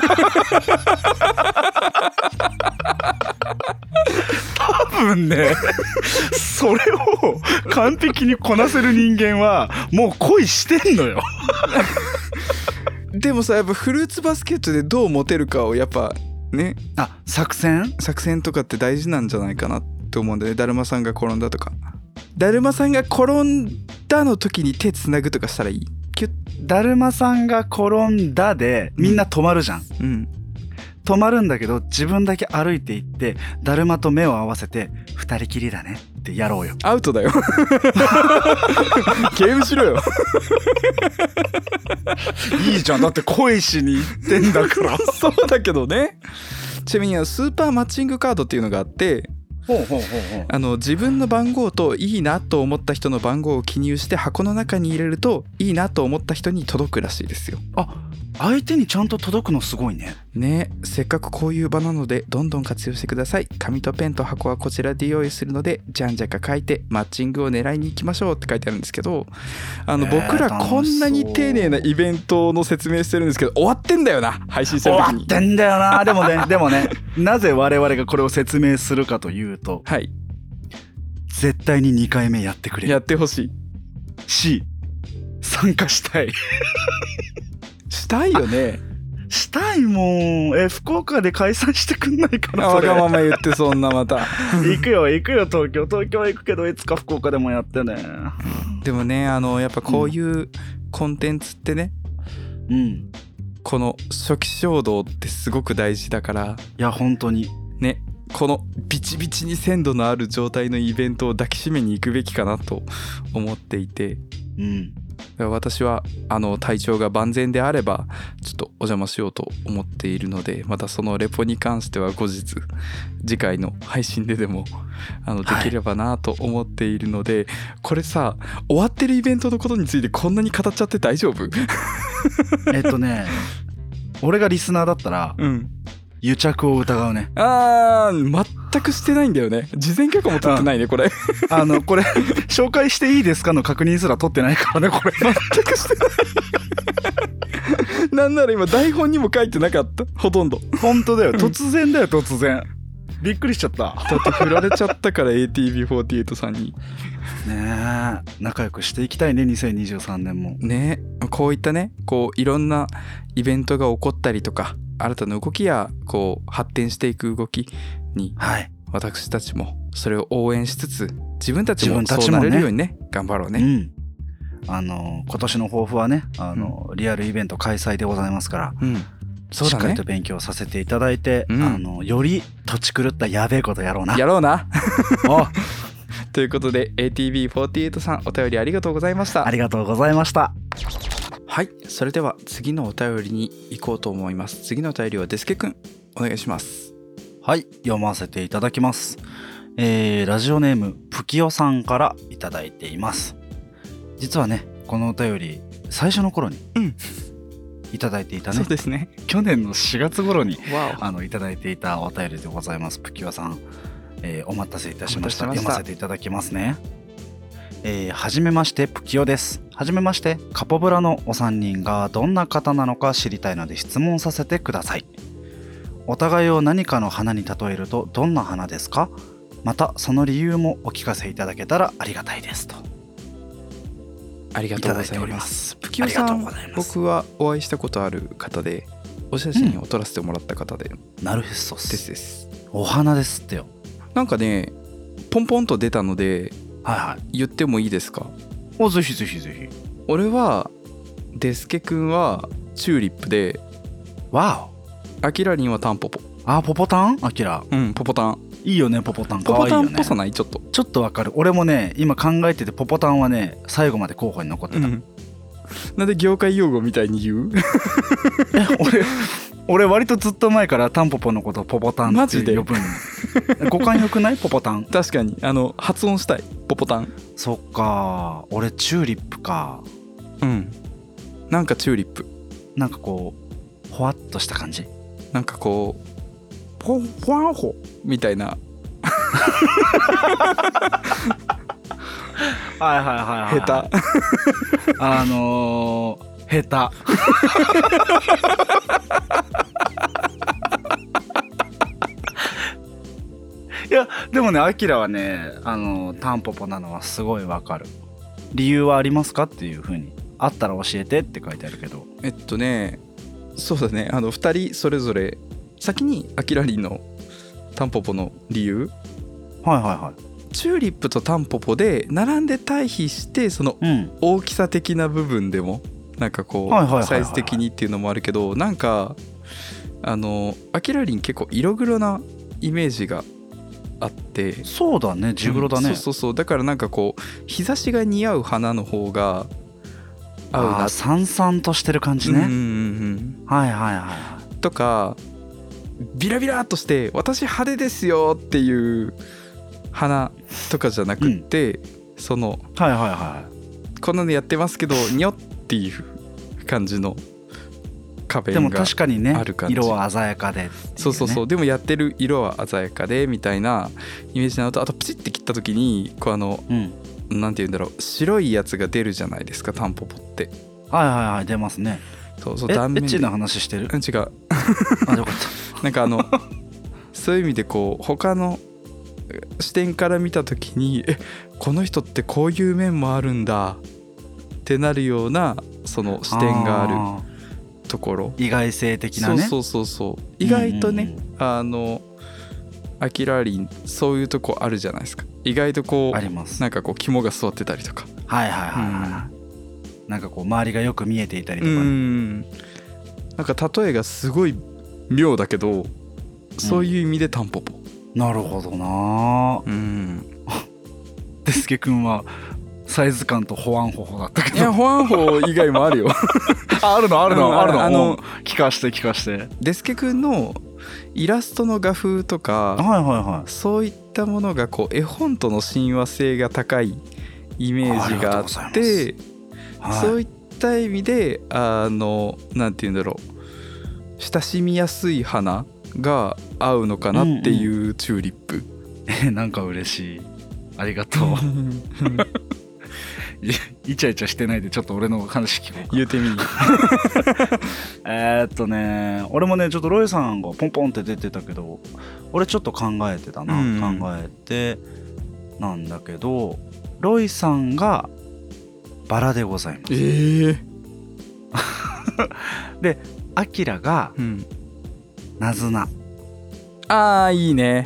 多分ねそれを完璧にこなせる人間はもう恋してんのよでもさやっぱフルーツバスケットでどうモテるかをやっぱねあ作戦作戦とかって大事なんじゃないかなって思うんだよね。だるまさんが転んだとかだるまさんが転んだの時に手つなぐとかしたらいい。キュッだるまさんが転んだでみんな止まるじゃん、 うん、 止まるんだけど自分だけ歩いていってだるまと目を合わせて二人きりだねってやろうよ。 アウトだよゲームしろよいいじゃんだって恋しに行ってんだからそうだけどねちなみにスーパーマッチングカードっていうのがあって、 ほうほうほうほう、 あの自分の番号といいなと思った人の番号を記入して箱の中に入れるといいなと思った人に届くらしいですよ。 あ、相手にちゃんと届くのすごいね。 ね、せっかくこういう場なのでどんどん活用してください。紙とペンと箱はこちらで用意するのでじゃんじゃか書いてマッチングを狙いに行きましょうって書いてあるんですけど、あの、えー、僕らこんなに丁寧なイベントの説明してるんですけど終わってんだよな、配信する時に。 終わってんだよな。でもねでもねなぜ我々がこれを説明するかというと、 はい、 絶対ににかいめやってくれる、 やってほしいし参加したいしたいよね。 したいもん。え、福岡で解散してくんないかな。 わがまま言ってそんなまた行くよ行くよ東京東京は行くけどいつか福岡でもやってね。 でもね、あのやっぱこういうコンテンツってね、 うん、 この初期衝動ってすごく大事だから、 いや本当にね、このビチビチに鮮度のある状態のイベントを抱きしめに行くべきかなと思っていて、 うん、 私はあの体調が万全であればちょっとお邪魔しようと思っているので、またそのレポに関しては後日次回の配信ででもあのできればなと思っているので、はい、これさ、終わってるイベントのことについてこんなに語っちゃって大丈夫？ えっとね俺がリスナーだったら、うん、癒着を疑うね。 あー、全くしてないんだよね。事前許可も取ってないねこれあのこれ紹介していいですかの確認すら取ってないからねこれ。 全くしてないなんなら今台本にも書いてなかった、ほとんど。 本当だよ、突然だよ突然。びっくりしちゃった。 だって振られちゃったから エーティービーフォーティーエイト さんにねえ、仲良くしていきたいねにせんにじゅうさんねんもね。こういったね、こういろんなイベントが起こったりとか新たな動きやこう発展していく動きに、はい、私たちもそれを応援しつつ自分たちもそうなれるようにね、頑張ろうね。うん、 あの今年の抱負はね、あの、うん、リアルイベント開催でございますから、うん、そうだね、しっかりと勉強させていただいて、うん、あのより土地狂ったやべえことやろうな。 やろうなということで エーティービーフォーティーエイト さん、お便りありがとうございました。 ありがとうございました。 はい、それでは次のお便りに行こうと思います。次のお便りはデスケくんお願いします。 はい、読ませていただきます。えー、ラジオネームプキオさんからいただいています。実はねこのお便り最初の頃に、うん、いただいていたね。 そうですね、 去年のしがつ頃にあのいただいていたお便りでございます。プキオさん、えー、お待たせいたしました。読ませていただきますね。えー、はじめましてプキオです。はじめまして。カポブラのお三人がどんな方なのか知りたいので質問させてください。お互いを何かの花に例えるとどんな花ですか？またその理由もお聞かせいただけたらありがたいですと。 ありがとうございます。プキオさん、僕はお会いしたことある方でお写真を撮らせてもらった方で、 うん、なるへそですですですお花ですってよ。 なんかねポンポンと出たので、 はいはい、 言ってもいいですか？ お、ぜひぜひぜひ。 俺はデスケ君はチューリップで、 わお、アキラリンはタンポポ。 あ、ポポタン？アキラ。 うん、ポポタン。 いいよね、ポポタン。かわいいよね。 ポポタンっぽさない？ちょっとちょっとわかる。俺もね今考えててポポタンはね最後まで候補に残ってた、うん、 なんで業界用語みたいに言う？ え、俺俺割とずっと前からタンポポのことをポポタンって呼ぶん語感よくない？ポポタン。 確かに、あの発音したい、ポポタン。 そっか、俺チューリップか。 うん、なんかチューリップ、 なんかこうほわっとした感じ、 なんかこうポンポワンホみたいなはいはいはいはい、 下手あのー、下手いやでもねアキラはねあのタンポポなのはすごいわかる。理由はありますかっていう風にあったら教えてって書いてあるけど、 えっとねそうだね、あのふたりそれぞれ先にアキラリンのタンポポの理由、 はいはいはい、 チューリップとタンポポで並んで対比してその大きさ的な部分でもなんかこうサイズ的にっていうのもあるけど、なんかあのアキラリン結構色黒なイメージがあって。 そうだね、地黒だね、 うん、そうそうそう、だからなんかこう日差しが似合う花の方が合うな。 あ、さんさんとしてる感じね。 うんうんうん、 はいはいはい。 とかビラビラっとして私派手ですよっていう花とかじゃなくって、うん、そのはいはいはい、 こんなのやってますけどにょっていう感じの花弁がある感じ。 でも確かにね色は鮮やかで、ね、 そうそうそう、でもやってる色は鮮やかでみたいなイメージなのと、あとプチって切った時にこうあの、うん、なんて言うんだろう、白いやつが出るじゃないですかタンポポって。 はいはいはい、出ますね。 そうそう、 え断面でエッチな話してる？ 違うあ、よかったなんかあのそういう意味でこう他の視点から見た時にえこの人ってこういう面もあるんだってなるようなその視点があるところ、 意外性的なね。 そうそうそうそう、意外とね、うんうんうん、あのアキラリンそういうとこあるじゃないですか。意外とこうあります。 なんかこう肝が座ってたりとか、 はいはいはいはい、うん、なんかこう周りがよく見えていたりとか、うん、 なんか例えがすごい妙だけどそういう意味でタンポポ、 うん、なるほどな。うんデスケ君はサイズ感とホワンホホだったけど。 いやホワンホ以外もあるよあ, あるのあるのあるの、 あの聞かして聞かして。 デスケ君のイラストの画風とか、 はいはいはい、 そういったものがこう絵本との親和性が高いイメージがあって、はい、そういった意味であのなんて言うんだろう、親しみやすい花が合うのかなっていうチューリップ、うんうん、えなんか嬉しい、ありがとうイチャイチャしてないでちょっと俺の話聞こうか。 言うてみえっとね俺もねちょっとロイさんがポンポンって出てたけど俺ちょっと考えてたな、うん、考えてなんだけどロイさんがバラでございます。えー、でアキラが、うん、ナズナ。 あーいいね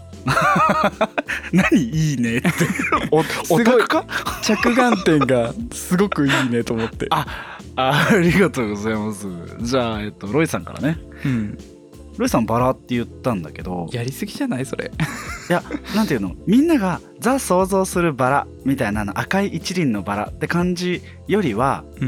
何いいねっておオタクか着眼点がすごくいいねと思ってあ, あ, ありがとうございます。じゃあ、えっと、ロイさんからね、うん、ロイさんバラって言ったんだけどやりすぎじゃないそれいやなんていうの、みんながザ想像するバラみたいなの赤い一輪のバラって感じよりは、うんうん、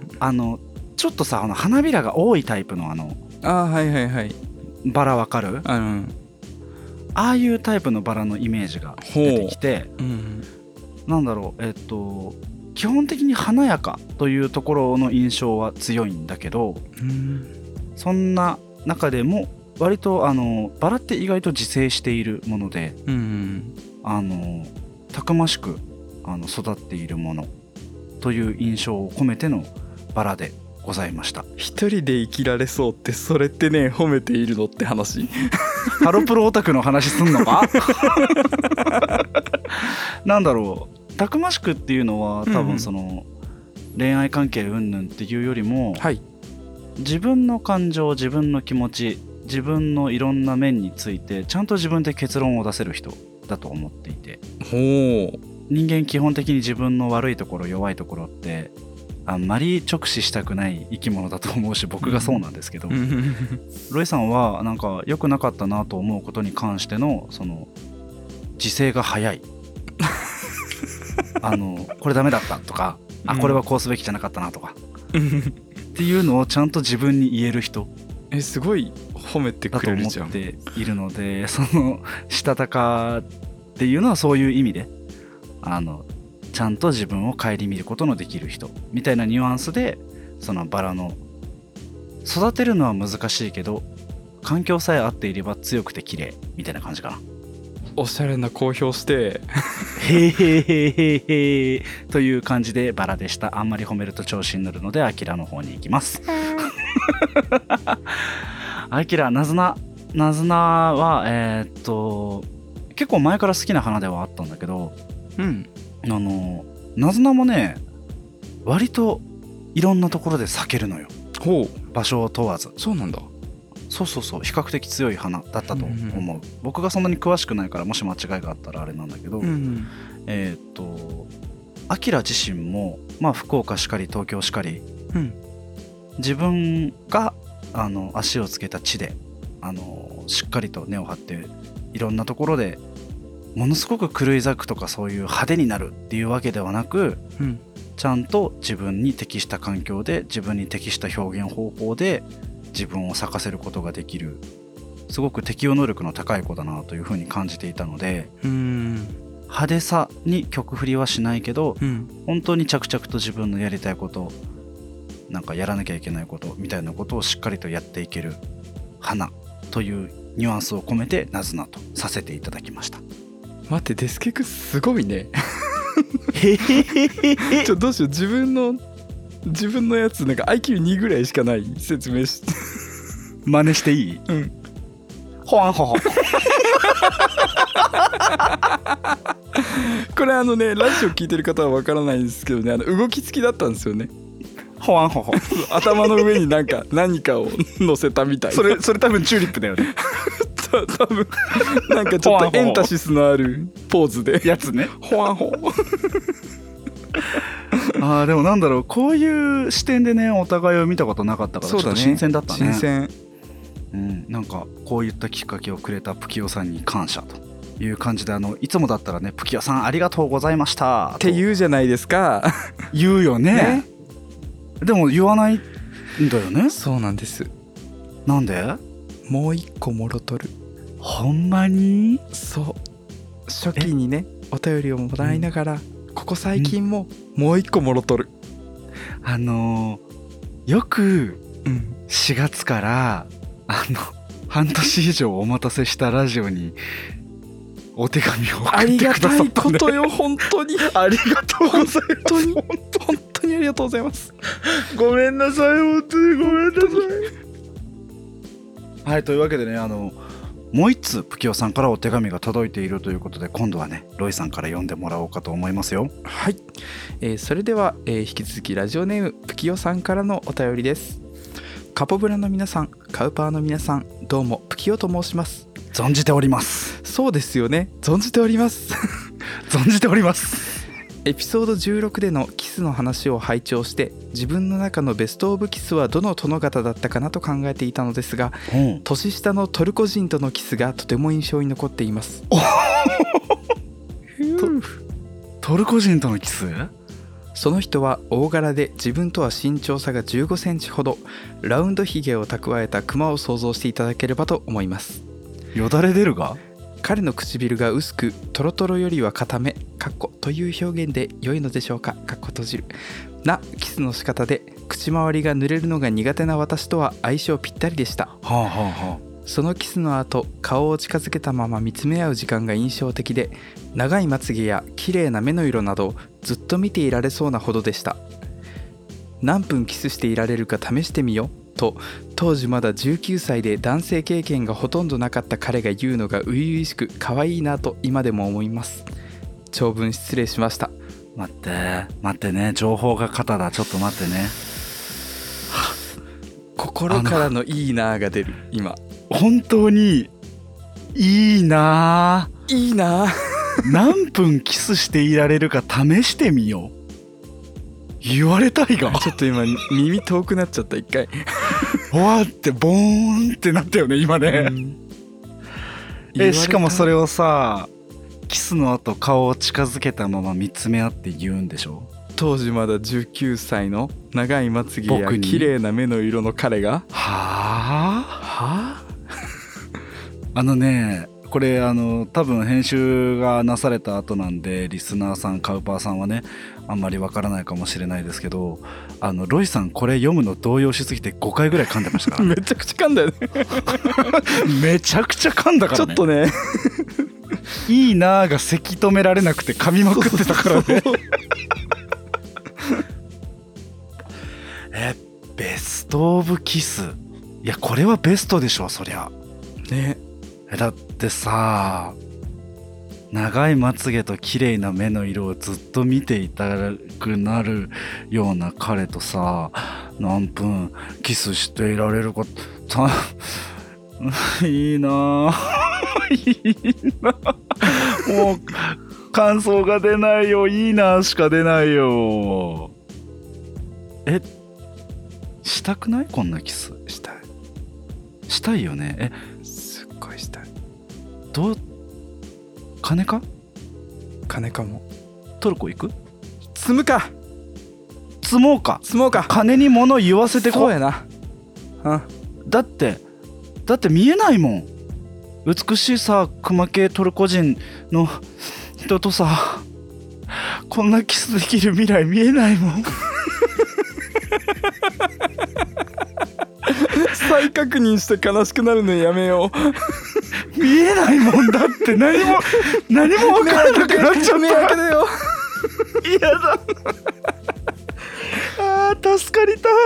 あのちょっとさあの花びらが多いタイプのあのあはいはいはいバラわかる？ あ、うん、 ああいうタイプのバラのイメージが出てきて、うん、なんだろうえっと基本的に華やかというところの印象は強いんだけど、うん、そんな中でも割とあのバラって意外と自生しているもので、うん、あのたくましくあの育っているものという印象を込めてのバラでございました。 一人で生きられそうってそれってね褒めているのって話ハロプロオタクの話すんのかなんだろう、たくましくっていうのは多分その、うん、恋愛関係云々っていうよりも、はい、自分の感情自分の気持ち自分のいろんな面についてちゃんと自分で結論を出せる人だと思っていて、ほう人間基本的に自分の悪いところ弱いところってあんまり直視したくない生き物だと思うし僕がそうなんですけど、うん、ロイさんはなんか良くなかったなと思うことに関してのその自制が早いあのこれダメだったとか、うん、あこれはこうすべきじゃなかったなとかっていうのをちゃんと自分に言える人えすごい褒めてくれるじゃんだと思っているので、そのしたたかっていうのはそういう意味であのちゃんと自分を顧みることのできる人みたいなニュアンスでそのバラの育てるのは難しいけど環境さえ合っていれば強くて綺麗みたいな感じかな。 おしゃれな公表してへへへへへという感じでバラでした。あんまり褒めると調子に乗るのでアキラの方に行きますアキラナズナナズナはえー、っと結構前から好きな花ではあったんだけど、うんあのナズナもね割といろんなところで咲けるのよ。ほう場所を問わず。 そうなんだ。 そうそうそう比較的強い花だったと思う、うんうん、僕がそんなに詳しくないからもし間違いがあったらあれなんだけど、うんうん、えっとアキラ自身もまあ福岡しかり東京しかり、うん、自分があの足をつけた地であのしっかりと根を張っていろんなところでものすごく狂い咲くとかそういう派手になるっていうわけではなく、うん、ちゃんと自分に適した環境で自分に適した表現方法で自分を咲かせることができるすごく適応能力の高い子だなというふうに感じていたので、 うーん派手さに曲振りはしないけど、 うん、 本当に着々と自分のやりたいこと、なんかやらなきゃいけないことみたいなことをしっかりとやっていける花というニュアンスを込めてナズナとさせていただきました。 待って、デスケくすごいねへへへへちょどうしよう、自分の自分のやつなんか アイキューに ぐらいしかない。説明して真似していい？ うん。 ほわんほほこれあのね、ラジオ聞いてる方はわからないんですけどね、あの動き付きだったんですよね。 ほわんほほ頭の上になんか何かを乗せたみたいな。 それそれ多分チューリップだよね多分なんかちょっとエンタシスのあるポーズでやつね。 ほわんほあーでもなんだろう、こういう視点でねお互いを見たことなかったからちょっと新鮮だったね。 新鮮、 うん、なんかこういったきっかけをくれたプキヨさんに感謝という感じで、あのいつもだったらね、プキヨさんありがとうございましたって言うじゃないですか言うよ ね, ねでも言わないんだよね。 そうなんです。 なんで？ もう一個もろとる。 ほんまに？ そう初期にねお便りをもらいながら、ここ最近ももう一個もろとる。 あのー、よくうんしがつからあの半年以上お待たせしたラジオにお手紙を送ってくださった、ね、 ありがたいことよ本当にありがとうございます。 本当に本当にありがとうございます。 ごめんなさい、本当にごめんなさいはい、というわけでね、あのもう一通プキヨさんからお手紙が届いているということで、今度はねロイさんから読んでもらおうかと思いますよ。 はい、えー、それでは、えー、引き続きラジオネームプキヨさんからのお便りです。カポブラの皆さん、カウパーの皆さん、どうもプキヨと申します。 存じております。 そうですよね、存じております存じております。 エピソードじゅうろくでのキスの話を拝聴して、自分の中のベストオブキスはどの殿方だったかなと考えていたのですが、うん、年下のトルコ人とのキスがとても印象に残っていますト, トルコ人とのキス？ その人は大柄で自分とは身長差がじゅうごセンチほど、ラウンドヒゲを蓄えたクマを想像していただければと思います。 よだれ出るが？ 彼の唇が薄く、トロトロよりは固めかっこという表現で良いのでしょうかかっこ閉じるなキスの仕方で、口周りが濡れるのが苦手な私とは相性ぴったりでした、はあはあはあ、 そのキスの後、顔を近づけたまま見つめ合う時間が印象的で、長いまつげや綺麗な目の色などずっと見ていられそうなほどでした。何分キスしていられるか試してみよと、当時まだじゅうきゅうさいで男性経験がほとんどなかった彼が言うのが初々しく可愛いなと今でも思います。長文失礼しました。 待って待ってね、情報が肩だ。ちょっと待ってね。 心からのいいなが出る今。 本当にいいないいな何分キスしていられるか試してみよう。言われたいがちょっと今耳遠くなっちゃった。一回わーってボーンってなったよね今ね、うん、えしかもそれをさ、キスの後顔を近づけたまま見つめ合って言うんでしょ。 当時まだじゅうきゅうさいの長いまつげや綺麗な目の色の彼がはあはああのね、これあの多分編集がなされた後なんで、リスナーさんカウパーさんはねあんまりわからないかもしれないですけど、あのロイさんこれ読むの動揺しすぎてごかいぐらい噛んでましたから、ね、 めちゃくちゃ噛んだよねめちゃくちゃ噛んだからね。 ちょっとねいいなーがせき止められなくて噛みまくってたからねえベストオブキス、いやこれはベストでしょそりゃね。 えだってさ、長いまつげと綺麗な目の色をずっと見ていたくなるような彼とさ、何分キスしていられるかたいいないいなもう感想が出ないよ。いいなしか出ないよ。えしたくない？こんなキスしたいしたいよね。えすっごいしたい。 どう金か金かも。 トルコ行く？ 積むか積もうか積もうか。 金に物言わせてこう。 そうやな、うん、 だってだって見えないもん美しいさ熊系トルコ人の人とさこんなキスできる未来見えないもん再確認して悲しくなるのやめよう見えないもんだって何も何も分からなくなっちゃった迷惑だよ嫌だあー助かりたい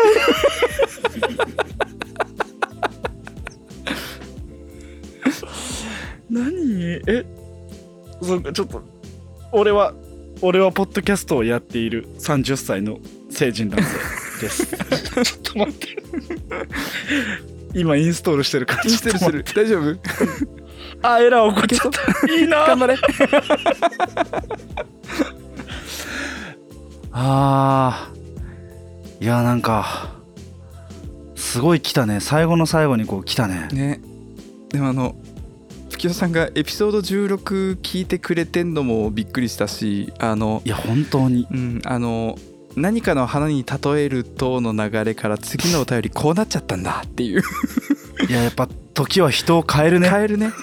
何えそうかちょっと俺は俺はポッドキャストをやっているさんじゅっさいの成人男性ですちょっと待って今インストールしてるからインストールしてる大丈夫あエラー起こっちゃったいいな頑張れあーいやなんかすごい来たね最後の最後にこう来たねねでもあの吹野さんがエピソードじゅうろく聞いてくれてんのもびっくりしたしあのいや本当にうんあの何かの花に例えるとの流れから次のお便りこうなっちゃったんだっていういややっぱ時は人を変えるね変えるね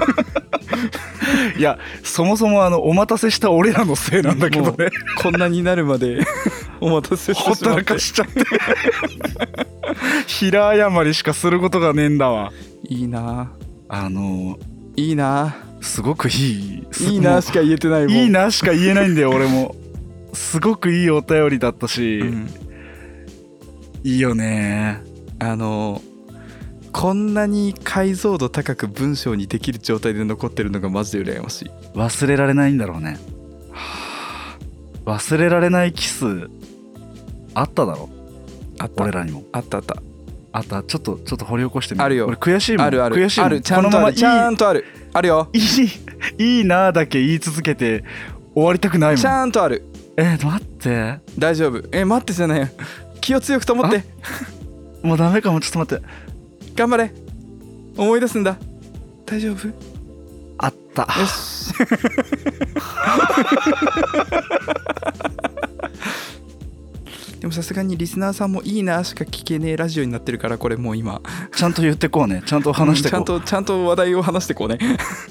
いやそもそもあのお待たせした俺らのせいなんだけどねこんなになるまでお待たせしてほっしたまってらかしちゃって平謝りしかすることがねえんだわいいなあのいいなすごくいいいいなしか言えてないもんいいなしか言えないんだよ俺もすごくいいお便りだったし、 うん、 いいよねあのこんなに解像度高く文章にできる状態で残ってるのがマジで羨ましい忘れられないんだろうね忘れられないキスあっただろあった俺らにもあったあったあったちょっとちょっと掘り起こしてみるあるよ俺悔しいもんあるある悔しいもんあるちゃんとあるちゃんとあるあるよいいいいなだけ言い続けて終わりたくないもんちゃんとあるえー、待って大丈夫え待ってじゃないよ気を強く保ってもうダメかもちょっと待って頑張れ思い出すんだ大丈夫あったよしでもさすがにリスナーさんもいいなしか聞けねえラジオになってるからこれもう今ちゃんと言ってこうねちゃんと話してこう、 うん、ちゃんとちゃんと話題を話してこうね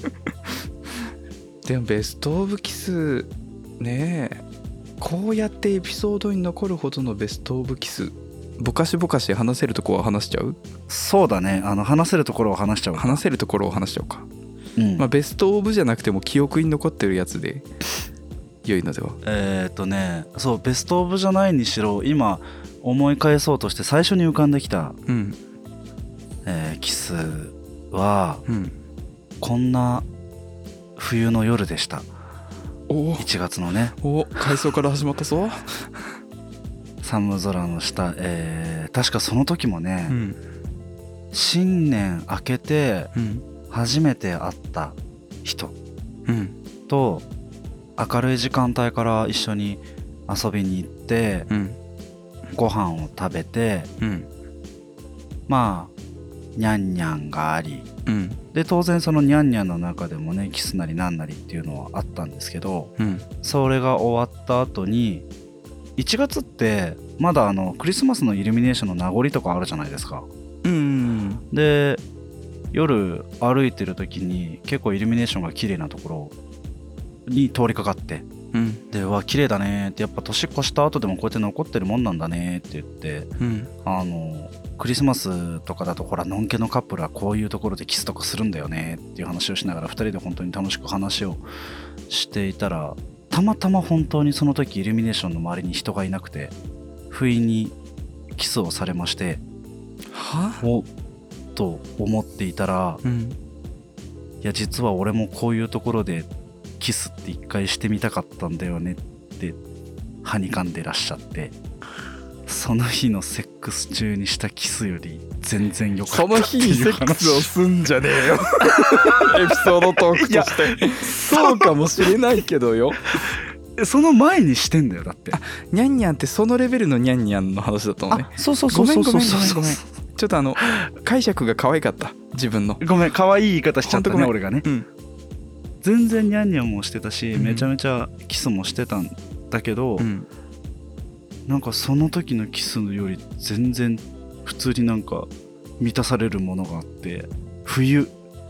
でもベストオブキスねえこうやってエピソードに残るほどのベストオブキスぼかしぼかし話せるとこは話しちゃうそうだねあの話せるところを話しちゃう話せるところを話しちゃおうか、 うんまあ、ベストオブじゃなくても記憶に残ってるやつで良いのではえっとねそうベストオブじゃないにしろ今思い返そうとして最初に浮かんできた、 うんえーキスは、 うん、 こんな冬の夜でした。 おいちがつのねお回想から始まったぞ寒空の下、えー確かその時もね、 うん、 新年明けてうん初めて会った人うんと明るい時間帯から一緒に遊びに行ってうんご飯を食べてうんまあニャンニャンがありうんで当然そのニャンニャンの中でもねキスなりなんなりっていうのはあったんですけどうんそれが終わった後にいちがつってまだあのクリスマスのイルミネーションの名残とかあるじゃないですか。 うんで夜歩いてる時に結構イルミネーションが綺麗なところに通りかかってうんでうわ綺麗だねってやっぱ年越した後でもこうやって残ってるもんなんだねって言ってうんあのクリスマスとかだとほらのんけのカップルはこういうところでキスとかするんだよねっていう話をしながらふたりで本当に楽しく話をしていたらたまたま本当にその時イルミネーションの周りに人がいなくて不意にキスをされましてはおっと思っていたらうんいや実は俺もこういうところでキスって一回してみたかったんだよねってはにかんでらっしゃってその日のセックス中にしたキスより全然良かったその日にセックスをすんじゃねえよエピソードトークとしてそうかもしれないけどよその前にしてんだよだってニャンニャンってそのレベルのニャンニャンの話だったのねあそうそうそうそうそうそうごめんごめんごめんごめんちょっとあの解釈が可愛かった自分のごめん可愛い言い方しちゃったほんとごめんね俺がねうん全然ニャンニャンもしてたし、 うんめちゃめちゃキスもしてたんだけど、 うんなんかその時のキスより全然普通になんか満たされるものがあって冬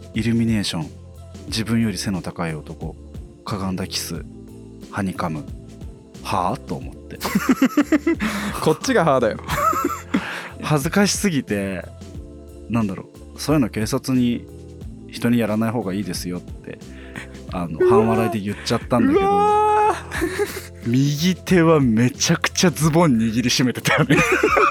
イルミネーション、自分より背の高い男、かがんだキス、ハニカム、はぁと思ってこっちがはぁだよ恥ずかしすぎて、なんだろう、そういうの警察に人にやらない方がいいですよってあの半笑いで言っちゃったんだけど、右手はめちゃくちゃズボン握りしめてたよね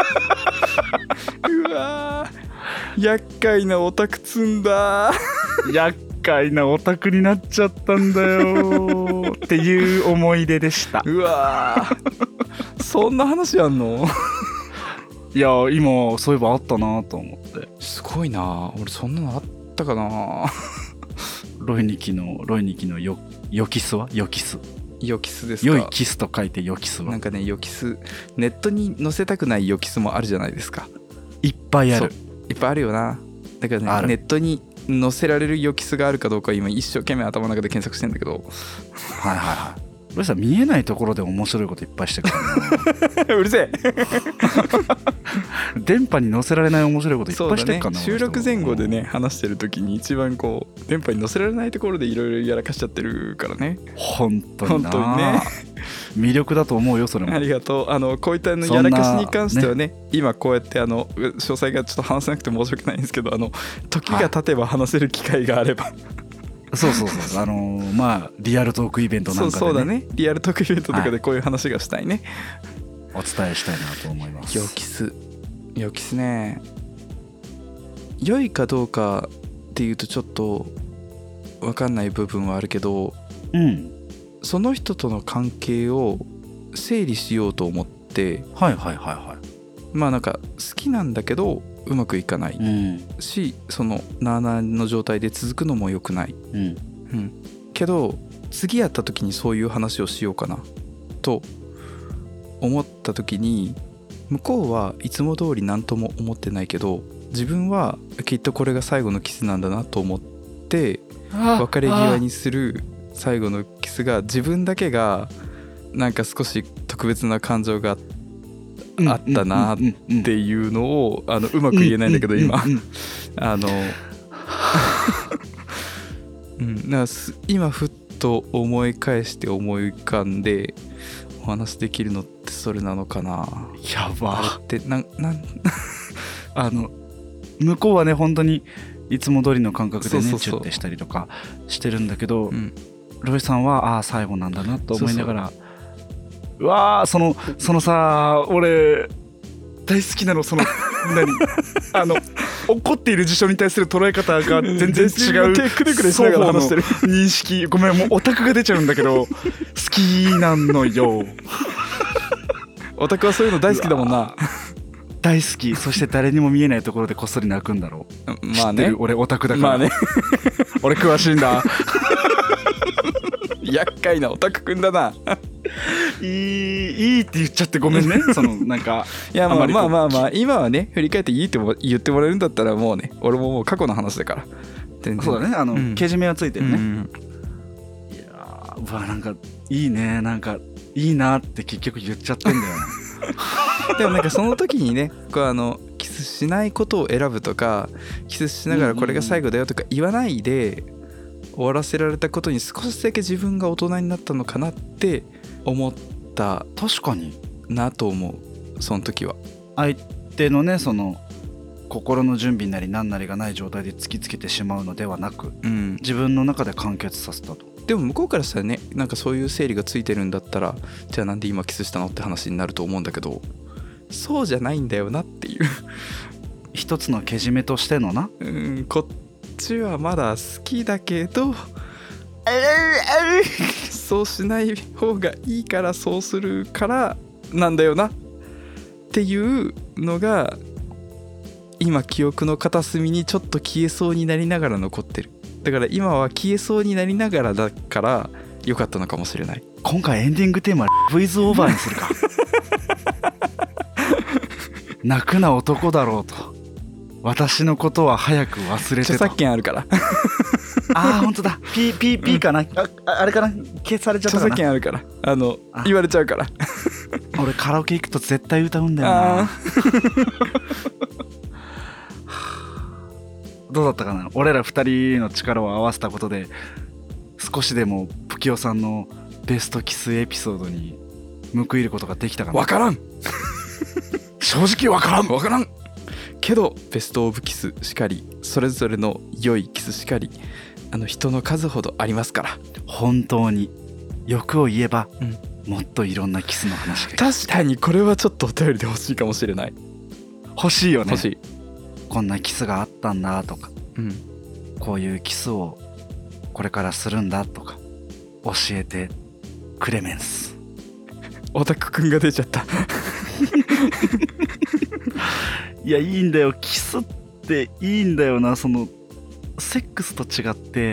うわー、厄介なオタク積んだ厄介なオタクになっちゃったんだよっていう思い出でした。 うわーそんな話あんのいや今そういえばあったなと思って。 すごいな、俺そんなのあったかなロイニキのロイニキのよよキスはよキスよキスですか。 良いキスと書いてよキスはなんかね、よキスネットに載せたくないよキスもあるじゃないですか。 いっぱいある。 いっぱいあるよな。だからね、ネットに載せられるよキスがあるかどうか今一生懸命頭の中で検索してんだけどはいはいはい。ロイさん見えないところで面白いこといっぱいしてくるなうるせえ電波に載せられない面白いこといっぱいしてるからな、 ね、収録前後でね話してる時に一番こう電波に載せられないところでいろいろやらかしちゃってるからね。 本当にな、 本当にね魅力だと思うよそれも。 ありがとう。あのこういったのやらかしに関しては ね, ね今こうやってあの詳細がちょっと話せなくて申し訳ないんですけど、あの時が経てば話せる機会があれば、はいそうそうそうあのー、まあリアルトークイベントなんかで、ね、 そうそうだね、リアルトークイベントとかでこういう話がしたいね、 はい、お伝えしたいなと思います。 よキスよキスね、良いかどうかっていうとちょっと分かんない部分はあるけど、 うん、 その人との関係を整理しようと思って、 はいはいはいはい、 まあなんか好きなんだけどうまくいかない、うん、し、そのなあなあの状態で続くのも良くない、うんうん、けど次会った時にそういう話をしようかなと思った時に、向こうはいつも通り何とも思ってないけど、自分はきっとこれが最後のキスなんだなと思って別れ際にする最後のキスが、自分だけがなんか少し特別な感情があったなっていうのをあのうまく言えないんだけど今あのうんなんか今ふっと思い返して思い浮かんでお話できるのってそれなのかな。 やばあれってなんなんあの向こうはね本当にいつも通りの感覚でねチュッてしたりとかしてるんだけど、うん、ロイさんはああ最後なんだなと思いながら、そうそううわーそのそのさ俺大好きなのその何あの怒っている事象に対する捉え方が全然違うくねくねしながら話してる認識、ごめんもうオタクが出ちゃうんだけど好きなのよオタクはそういうの大好きだもんな。 大好き。そして誰にも見えないところでこっそり泣くんだろう。まあね、知ってる俺オタクだから、まあね、俺詳しいんだ厄介なオタクくんだな。 いいいいって言っちゃってごめんね。そのなんかいやまあまあまあまあ今はね振り返っていいって言ってもらえるんだったらもうね俺ももう過去の話だから全然。そうだねあの、うん、けじめはついてるね、うん、いやうわなんかいいねなんかいいなって結局言っちゃってんだよねでもなんかその時にねこうあのキスしないことを選ぶとかキスしながらこれが最後だよとか言わないで終わらせられたことに少しだけ自分が大人になったのかなって思った確かになと思う。その時は相手のねその心の準備なり何なりがない状態で突きつけてしまうのではなく、うん、自分の中で完結させたと。 でも向こうからしたらねなんかそういう整理がついてるんだったらじゃあなんで今キスしたのって話になると思うんだけどそうじゃないんだよなっていう一つのけじめとしてのなうんこっちはまだ好きだけどそうしない方がいいからそうするからなんだよなっていうのが今記憶の片隅にちょっと消えそうになりながら残ってる。だから今は消えそうになりながらだから良かったのかもしれない。 今回エンディングテーマはLove is overにするか泣くな男だろうと私のことは早く忘れてと。 著作権あるからあー本当だ P, P, P かな、うん、あ, あれかな消されちゃったかな。 著作権あるからあのあ言われちゃうから俺カラオケ行くと絶対歌うんだよなどうだったかな。俺ら二人の力を合わせたことで少しでもプキオさんのベストキスエピソードに報いることができたかな。 わからん正直わからんわからんけどベストオブキスしかり、それぞれの良いキスしかり、あの人の数ほどありますから。 本当に欲を言えば、 うん、 もっといろんなキスの話が確かにこれはちょっとお便りで欲しいかもしれない。 欲しいよね。 欲しい。 こんなキスがあったんだとか、 うん、 こういうキスをこれからするんだとか教えてクレメンス。 オタクくんが出ちゃったいやいいんだよ、キスっていいんだよな。そのセックスと違って、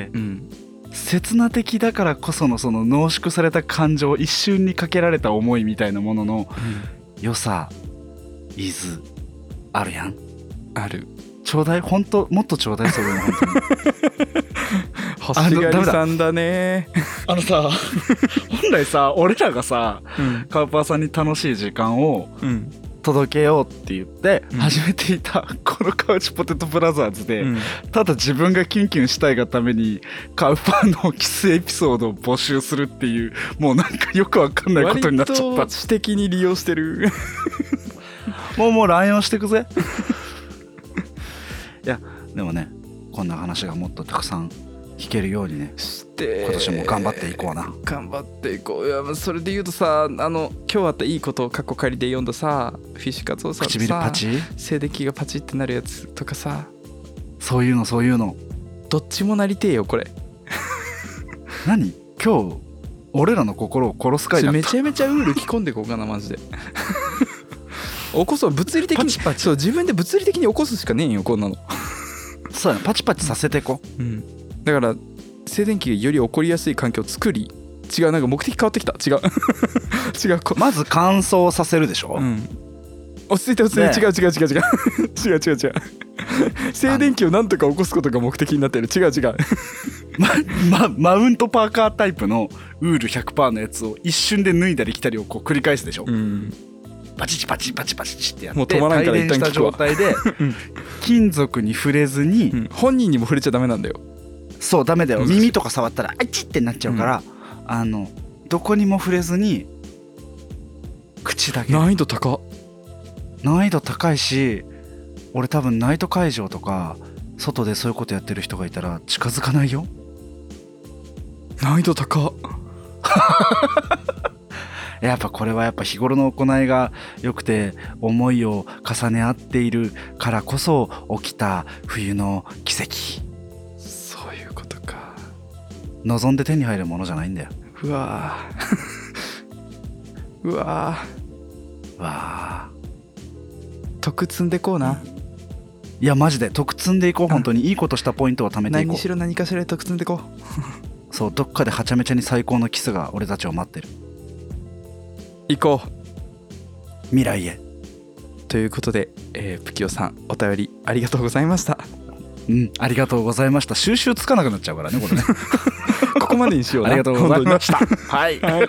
うん、刹那的だからこそのその濃縮された感情、一瞬にかけられた思いみたいなものの良さ、イズあるやん。 ある。 ちょうだい、本当もっとちょうだい、それは本当に欲しがりさんだね。 あのさ本来さ俺らがさ、うん、カウパーさんに楽しい時間を届けようって言って始めていた、うん、このカウチポテトブラザーズで、うん、ただ自分がキュンキュンしたいがためにカウパーのキスエピソードを募集するっていう、もうなんかよくわかんないことになっちゃった。 割と知的に利用してるもうもう乱用してくぜいやでもね、こんな話がもっとたくさん聞けるようにね、して今年も頑張っていこうな。 頑張っていこう。いやそれで言うとさ、あの今日あったいいことをカッコ仮で読んださ、フィッシュカツオさんのさ、 唇パチ、 静電気がパチってなるやつとかさ、 そういうのそういうのどっちもなりてえよこれ何今日俺らの心を殺す回だった。 めちゃめちゃウール着込んでいこうかなマジで起こそう、物理的にパチパチ、そう自分で物理的に起こすしかねえよこんなのそうや、パチパチさせてこ、 うん、だから静電気がより起こりやすい環境を作り、違う、なんか目的変わってきた。違う違う、 まず乾燥させるでしょ、うん、 落ち着いて落ち着いて、ね、違う違う違う違う違う違う違う静電気をなんとか起こすことが目的になってる。違う違うまま、マウントパーカータイプのウール ひゃくパーセント のやつを一瞬で脱いだり着たりをこう繰り返すでしょ、うん、パチチパチパチパチってやって、もう止まらんから一旦聞くわ。帯電した状態で金属に触れずに、うん、 本人にも触れちゃダメなんだよ。 そうダメだよ、耳とか触ったらあいちってなっちゃうから、うん、あのどこにも触れずに口だけ。 難易度高っ。 難易度高いし、俺多分ナイト会場とか外でそういうことやってる人がいたら近づかないよ。 難易度高っやっぱこれはやっぱ日頃の行いが良くて思いを重ね合っているからこそ起きた冬の奇跡。 そういうことか。 望んで手に入るものじゃないんだよ。 うわうわうわ得積んでこうな。 いやマジで得積んでいこう。本当にいいことしたポイントを貯めていこう。 何にしろ何かしらで得積んでいこうそう、どっかではちゃめちゃに最高のキスが俺たちを待ってる。 行こう未来へ。 ということで、えー、プキオさんお便りありがとうございました。 うん、ありがとうございました。収集つかなくなっちゃうからねこれねここまでにしような。 ありがとうございましたはい、 はい、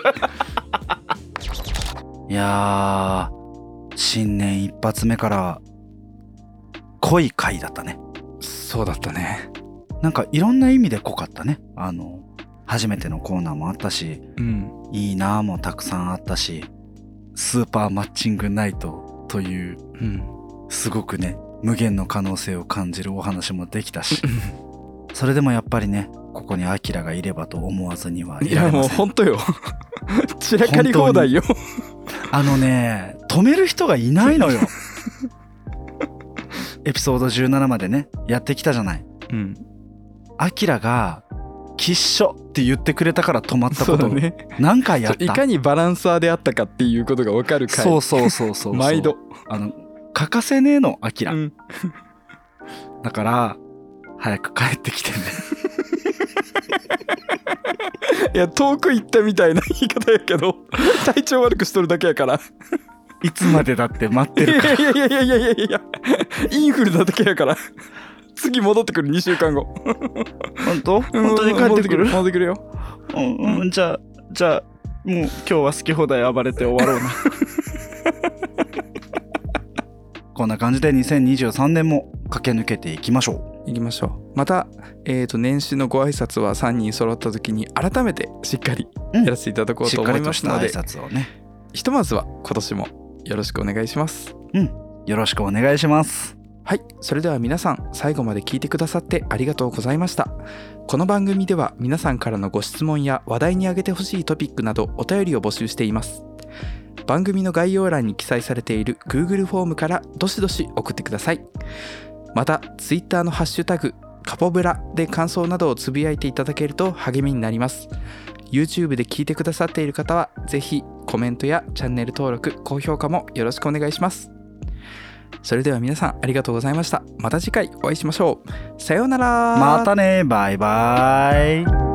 いやー新年一発目から濃い回だったね。 そうだったね。 なんかいろんな意味で濃かったね。あの初めてのコーナーもあったし、うん、いいなもたくさんあったし、スーパーマッチングナイトという、うん、すごくね無限の可能性を感じるお話もできたしそれでもやっぱりねここにアキラがいればと思わずにはいられません。いやもう本当よ散らかり放題よあのね止める人がいないのよエピソードじゅうななまでねやってきたじゃない。うんアキラがきっしょって言ってくれたから止まったこと何回やった。 いかにバランサーであったかっていうことが分かる回。 そうそうそうそう毎度あの欠かせねえのアキラ、うん、だから早く帰ってきてねいや遠く行ったみたいな言い方やけど体調悪くしとるだけやからいつまでだって待ってるから。 いやいやいやいやいやいやインフルなだけやから次戻ってくるにしゅうかんご本当本当に帰ってくる。 戻ってくるよ。 うん、うん、じゃあじゃあもう今日は好き放題暴れて終わろうなこんな感じでにせんにじゅうさんねんも駆け抜けていきましょ行きましょう。また、えーと、年始のご挨拶はさんにん揃った時に改めてしっかりやらせていただこうと思いますので、 しっかりとした挨拶をね、 ひとまずは今年もよろしくお願いします。 うん、よろしくお願いします。 はい、それでは皆さん最後まで聞いてくださってありがとうございました。この番組では皆さんからのご質問や話題に挙げてほしいトピックなどお便りを募集しています。番組の概要欄に記載されている Google フォームからどしどし送ってください。また Twitter のハッシュタグカポブラで感想などをつぶやいていただけると励みになります。 YouTube で聞いてくださっている方はぜひコメントやチャンネル登録、高評価もよろしくお願いします。それでは皆さんありがとうございました。また次回お会いしましょう。さようなら。 またね、バイバイ。